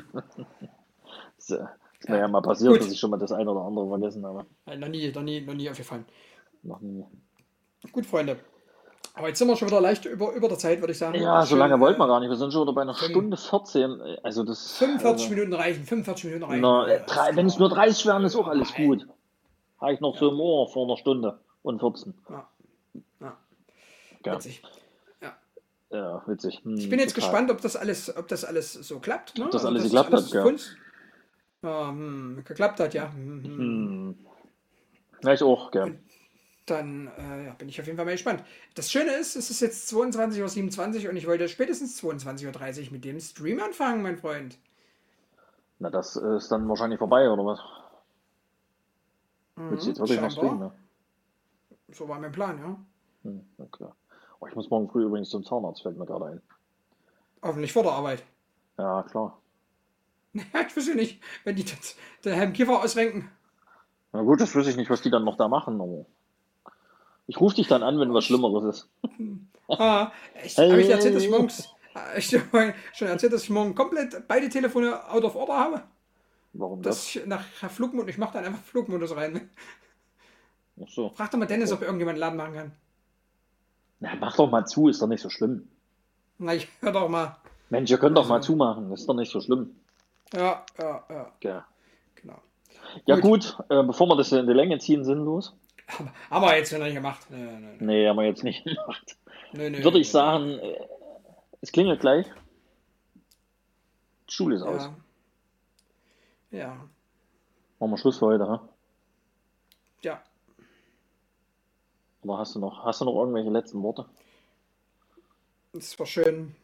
Ist mir ja mal passiert, Gut. dass ich schon mal das eine oder andere vergessen habe. Noch nie aufgefallen. Noch nie. Gut, Freunde. Aber jetzt sind wir schon wieder leicht über der Zeit, würde ich sagen. Ja, so Schön, lange wollten wir gar nicht. Wir sind schon wieder bei einer fünf- Stunde 14. Also das. 45 also, Minuten reichen. 45 Minuten reichen. na, Ja, wenn es nur 30 wären, ist auch alles Nein. gut. Habe ich noch so im Ohr vor einer Stunde und 14. Ja. Ja, Witzig. ja witzig. Ich bin jetzt total. gespannt, ob das alles so klappt. Ne? Ob das Also, alles dass geklappt alles hat, ja. Kunst- Ja, geklappt hat, ja. Ja, ich auch, gell. Dann bin ich auf jeden Fall mal gespannt. Das Schöne ist, es ist jetzt 22:27 Uhr und ich wollte spätestens 22:30 Uhr mit dem Stream anfangen, mein Freund. Na, das ist dann wahrscheinlich vorbei, oder was? Willst du jetzt wirklich noch scheinbar. streamen, ne? So war mein Plan, ja. Okay. Oh, ich muss morgen früh übrigens zum Zahnarzt, fällt mir gerade ein. Hoffentlich vor der Arbeit. Ja, klar. Ich weiß ja nicht, wenn die den halben Kiefer ausrenken. Na gut, das weiß ich nicht, was die dann noch da machen, aber ich rufe dich dann an, wenn was Schlimmeres ist. Habe ich dir erzählt, dass ich morgens schon erzählt, dass ich morgen komplett beide Telefone out of order habe? Warum Dass das? ich nach Flugmodus, ich mache dann einfach Flugmodus rein. Ach so. Frag doch mal Dennis, ob irgendjemand einen Laden machen kann. Na, mach doch mal zu, ist doch nicht so schlimm. Na, ich hör doch mal. Mensch, ihr könnt doch mal zumachen, ist doch nicht so schlimm. Ja, Ja, genau. ja gut, bevor wir das in die Länge ziehen, sinnlos. Haben wir jetzt noch nicht gemacht. Nee. Nee, haben wir jetzt nicht gemacht. Nee, Würde ich sagen, es klingelt gleich. Die Schule ist aus. Ja. Machen wir Schluss für heute, ha? Ja. Oder hast du noch irgendwelche letzten Worte? Es war schön,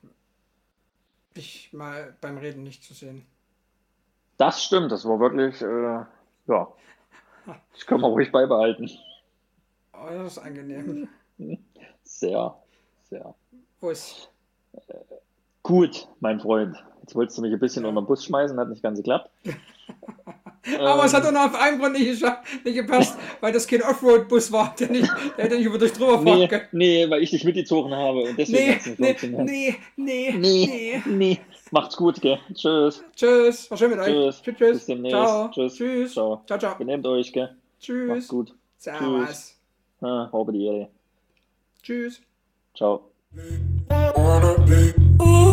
dich mal beim Reden nicht zu sehen. Das stimmt, das war wirklich Ja, das können wir ruhig beibehalten. Oh, das ist angenehm. Sehr, sehr. Wo ist? Gut, mein Freund. Jetzt wolltest du mich ein bisschen unter den Bus schmeißen, hat nicht ganz geklappt. Aber es hat doch noch auf einen Grund nicht gepasst, weil das kein Offroad-Bus war, der hätte nicht über dich drüber fahren können. Nee, weil ich dich mitgezogen habe und deswegen hat es nicht funktioniert. Nee. Macht's gut, gell? Tschüss. Tschüss. War schön mit euch. Tschüss. Tschüss. Bis demnächst. Ciao. Tschüss. Tschüss. Ciao. Ciao. Benehmt euch, gell? Macht's Tschüss. gut. Servus. Habe die Ehre. Tschüss. Ciao. Wanna be